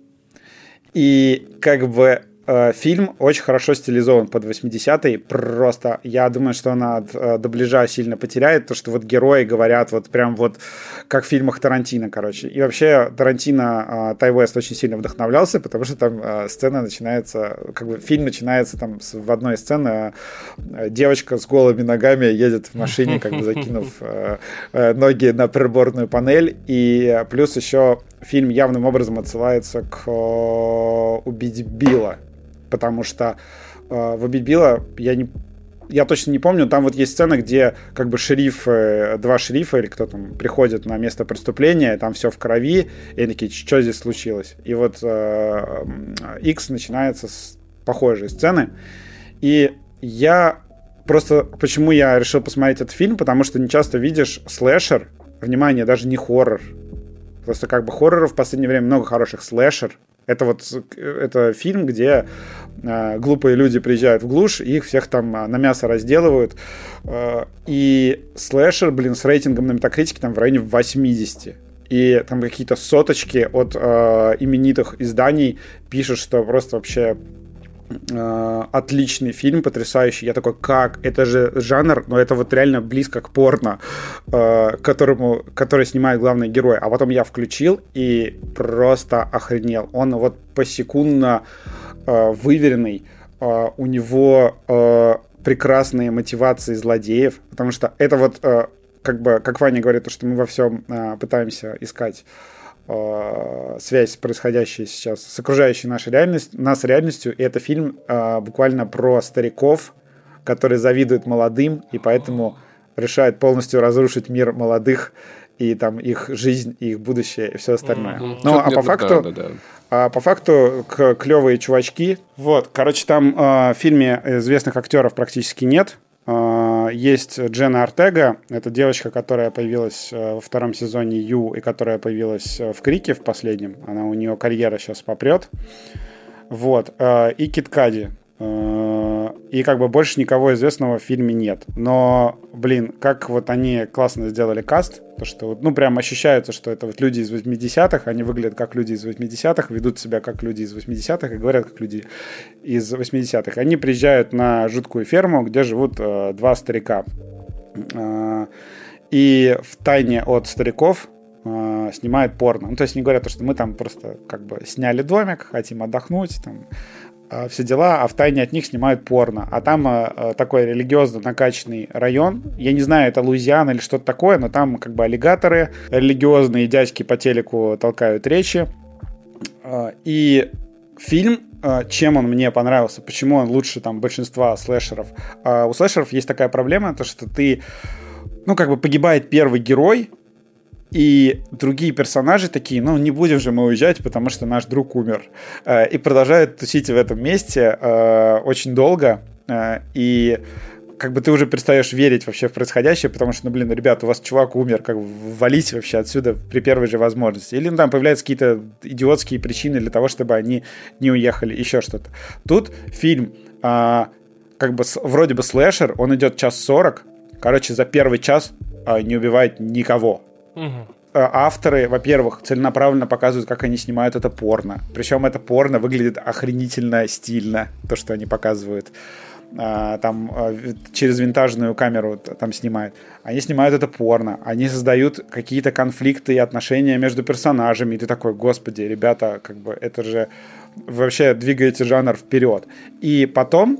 И фильм очень хорошо стилизован под 80-е. Просто я думаю, что он от дубляжа сильно потеряет, потому что вот герои говорят вот прям вот как в фильмах Тарантино, И вообще Тарантино Ти Вест очень сильно вдохновлялся, потому что там сцена начинается, фильм начинается там в одной сцене девочка с голыми ногами едет в машине, закинув ноги на приборную панель, и плюс еще фильм явным образом отсылается к «Убить Билла», потому что в «Убить Билла» я точно не помню, там вот есть сцена, где два шерифа или кто там приходят на место преступления, там все в крови, и они такие, что здесь случилось? И вот X начинается с похожей сцены, и почему я решил посмотреть этот фильм, потому что не часто видишь слэшер, внимание, даже не хоррор, просто хорроров в последнее время много хороших, слэшер. Это фильм, где глупые люди приезжают в глушь, и их всех там на мясо разделывают. И слэшер, с рейтингом на Метакритике там в районе 80. И там какие-то соточки от именитых изданий пишут, что просто вообще отличный фильм, потрясающий. Я такой, как? Это же жанр, но это вот реально близко к порно, который снимает главный герой. А потом я включил и просто охренел. Он вот посекундно выверенный. У него прекрасные мотивации злодеев, потому что это вот как Ваня говорит, то, что мы во всем пытаемся искать связь, происходящая сейчас с окружающей нас реальностью. И это фильм буквально про стариков, которые завидуют молодым, и поэтому решают полностью разрушить мир молодых, и там их жизнь, и их будущее, и все остальное. По факту клевые чувачки. Вот, там в фильме известных актеров практически нет. Есть Дженна Ортега, это девочка, которая появилась во втором сезоне «Ю» и которая появилась в «Крике» в последнем. У нее карьера сейчас попрет. Вот. И Кид Кади. И и как бы больше никого известного в фильме нет. Но, блин, как вот они классно сделали каст, то что, ну, прям ощущается, что это вот люди из 80-х, они выглядят как люди из 80-х, ведут себя как люди из 80-х и говорят как люди из 80-х. Они приезжают на жуткую ферму, где живут два старика. И втайне от стариков снимают порно. Ну, то есть они говорят, что мы там просто как бы сняли домик, хотим отдохнуть, там, все дела, а втайне от них снимают порно. А там такой религиозно накачанный район. Я не знаю, это Луизиана или что-то такое, но там как бы аллигаторы, религиозные дядьки по телеку толкают речи. И фильм, чем он мне понравился, почему он лучше там большинства слэшеров. У слэшеров есть такая проблема, то что ты, ну, как бы погибает первый герой, и другие персонажи такие, ну, не будем же мы уезжать, потому что наш друг умер. И продолжают тусить в этом месте очень долго. И как бы ты уже перестаешь верить вообще в происходящее, потому что, ну, блин, ребят, у вас чувак умер, как бы валите вообще отсюда при первой же возможности. Или, ну, там появляются какие-то идиотские причины для того, чтобы они не уехали, еще что-то. Тут фильм, как бы вроде бы слэшер, он идет 1:40. Короче, за первый час не убивает никого. Авторы, во-первых, целенаправленно показывают, как они снимают это порно. Причем это порно выглядит охренительно стильно, то, что они показывают. Там через винтажную камеру там снимают. Они снимают это порно. Они создают какие-то конфликты и отношения между персонажами. И ты такой, господи, ребята, как бы это же вообще двигаете жанр вперед. И потом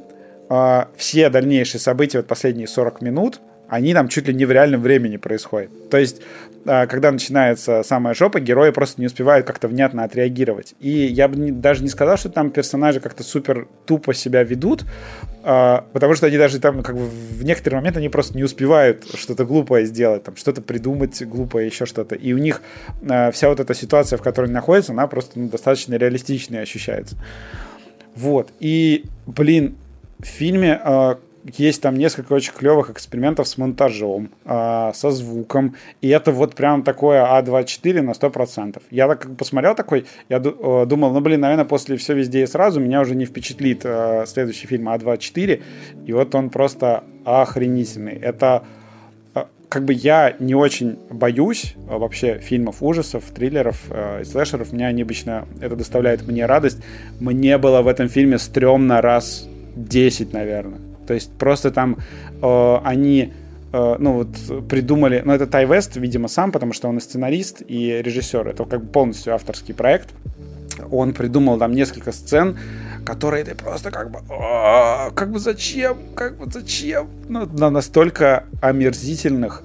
все дальнейшие события, вот последние 40 минут, они там чуть ли не в реальном времени происходят. То есть, когда начинается самая жопа, герои просто не успевают как-то внятно отреагировать. И я бы даже не сказал, что там персонажи как-то супер тупо себя ведут, потому что они даже там как бы в некоторые моменты они просто не успевают что-то глупое сделать, там, что-то придумать глупое, еще что-то. И у них вся вот эта ситуация, в которой они находятся, она просто достаточно реалистичной ощущается. Вот. И, блин, в фильме есть там несколько очень клевых экспериментов с монтажом, со звуком, и это вот прям такое А24 на 100%. Я так посмотрел такой, я думал, ну, блин, наверное, после «Все везде и сразу» меня уже не впечатлит следующий фильм А24, и вот он просто охренительный. Это как бы я не очень боюсь вообще фильмов ужасов, триллеров и слэшеров. Мне они обычно, это доставляет мне радость. Мне было в этом фильме стрёмно раз 10, наверное. То есть просто там они ну, вот, придумали... Ну, это Ти Вест, видимо, сам, потому что он и сценарист, и режиссер. Это как бы полностью авторский проект. Он придумал там несколько сцен, которые ты просто как бы зачем? Как бы зачем? Ну, настолько омерзительных.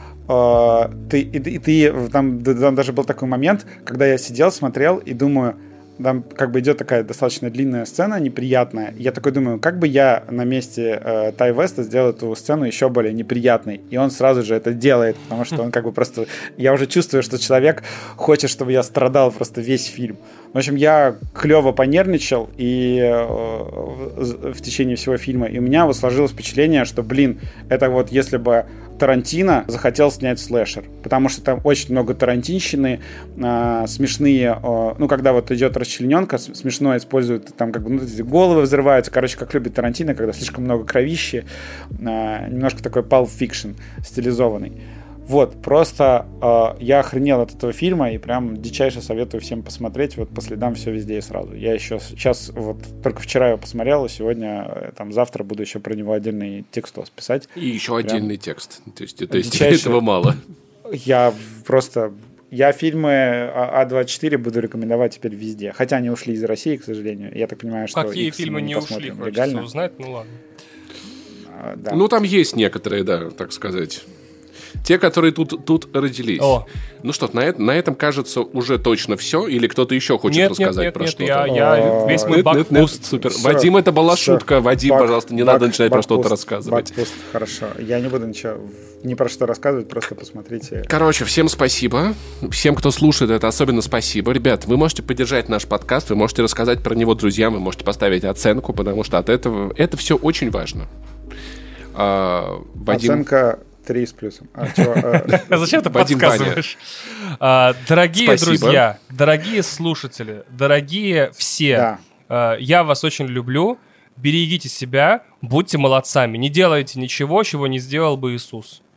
Там даже был такой момент, когда я сидел, смотрел и думаю... Там как бы идет такая достаточно длинная сцена, неприятная. Я такой думаю, как бы я на месте Ти Веста сделал эту сцену еще более неприятной. И он сразу же это делает, потому что он как бы просто... Я уже чувствую, что человек хочет, чтобы я страдал просто весь фильм. В общем, я клево понервничал и в течение всего фильма. И у меня вот сложилось впечатление, что, блин, это вот если бы Тарантино захотел снять слэшер, потому что там очень много тарантинщины, смешные, ну, когда вот идет расчлененка, смешно используют, там как бы, ну, эти головы взрываются, короче, как любит Тарантино, когда слишком много кровищи, немножко такой Pulp Fiction стилизованный. Вот, просто я охренел от этого фильма и прям дичайше советую всем посмотреть вот по следам «Все везде и сразу». Я еще сейчас, вот только вчера его посмотрел, и сегодня, там, завтра буду еще про него отдельный текстос писать. И еще прям отдельный текст. То есть этого мало. Я фильмы А24 буду рекомендовать теперь везде. Хотя они ушли из России, к сожалению. Я так понимаю, что какие фильмы не ушли, хочется узнать, ну ладно. Да. Ну, там есть некоторые, да, так сказать. Те, которые тут родились. О. Ну что, на этом, кажется, уже точно все? Или кто-то еще хочет рассказать про что-то? Я весь мой бакпост. Супер. Все. Вадим, это была шутка. Вадим, пожалуйста, не надо начинать про что-то рассказывать. Бакпост, хорошо. Я не буду ничего ни про что рассказывать, просто посмотрите. Короче, всем спасибо. Всем, кто слушает, это особенно спасибо. Ребят, вы можете поддержать наш подкаст, вы можете рассказать про него друзьям, вы можете поставить оценку, потому что от этого это все очень важно. Вадим... Оценка 3 с плюсом. Зачем ты подсказываешь? Дорогие друзья, дорогие слушатели, дорогие все, я вас очень люблю. берегите себя, будьте молодцами, не делайте ничего, чего не сделал бы Иисус.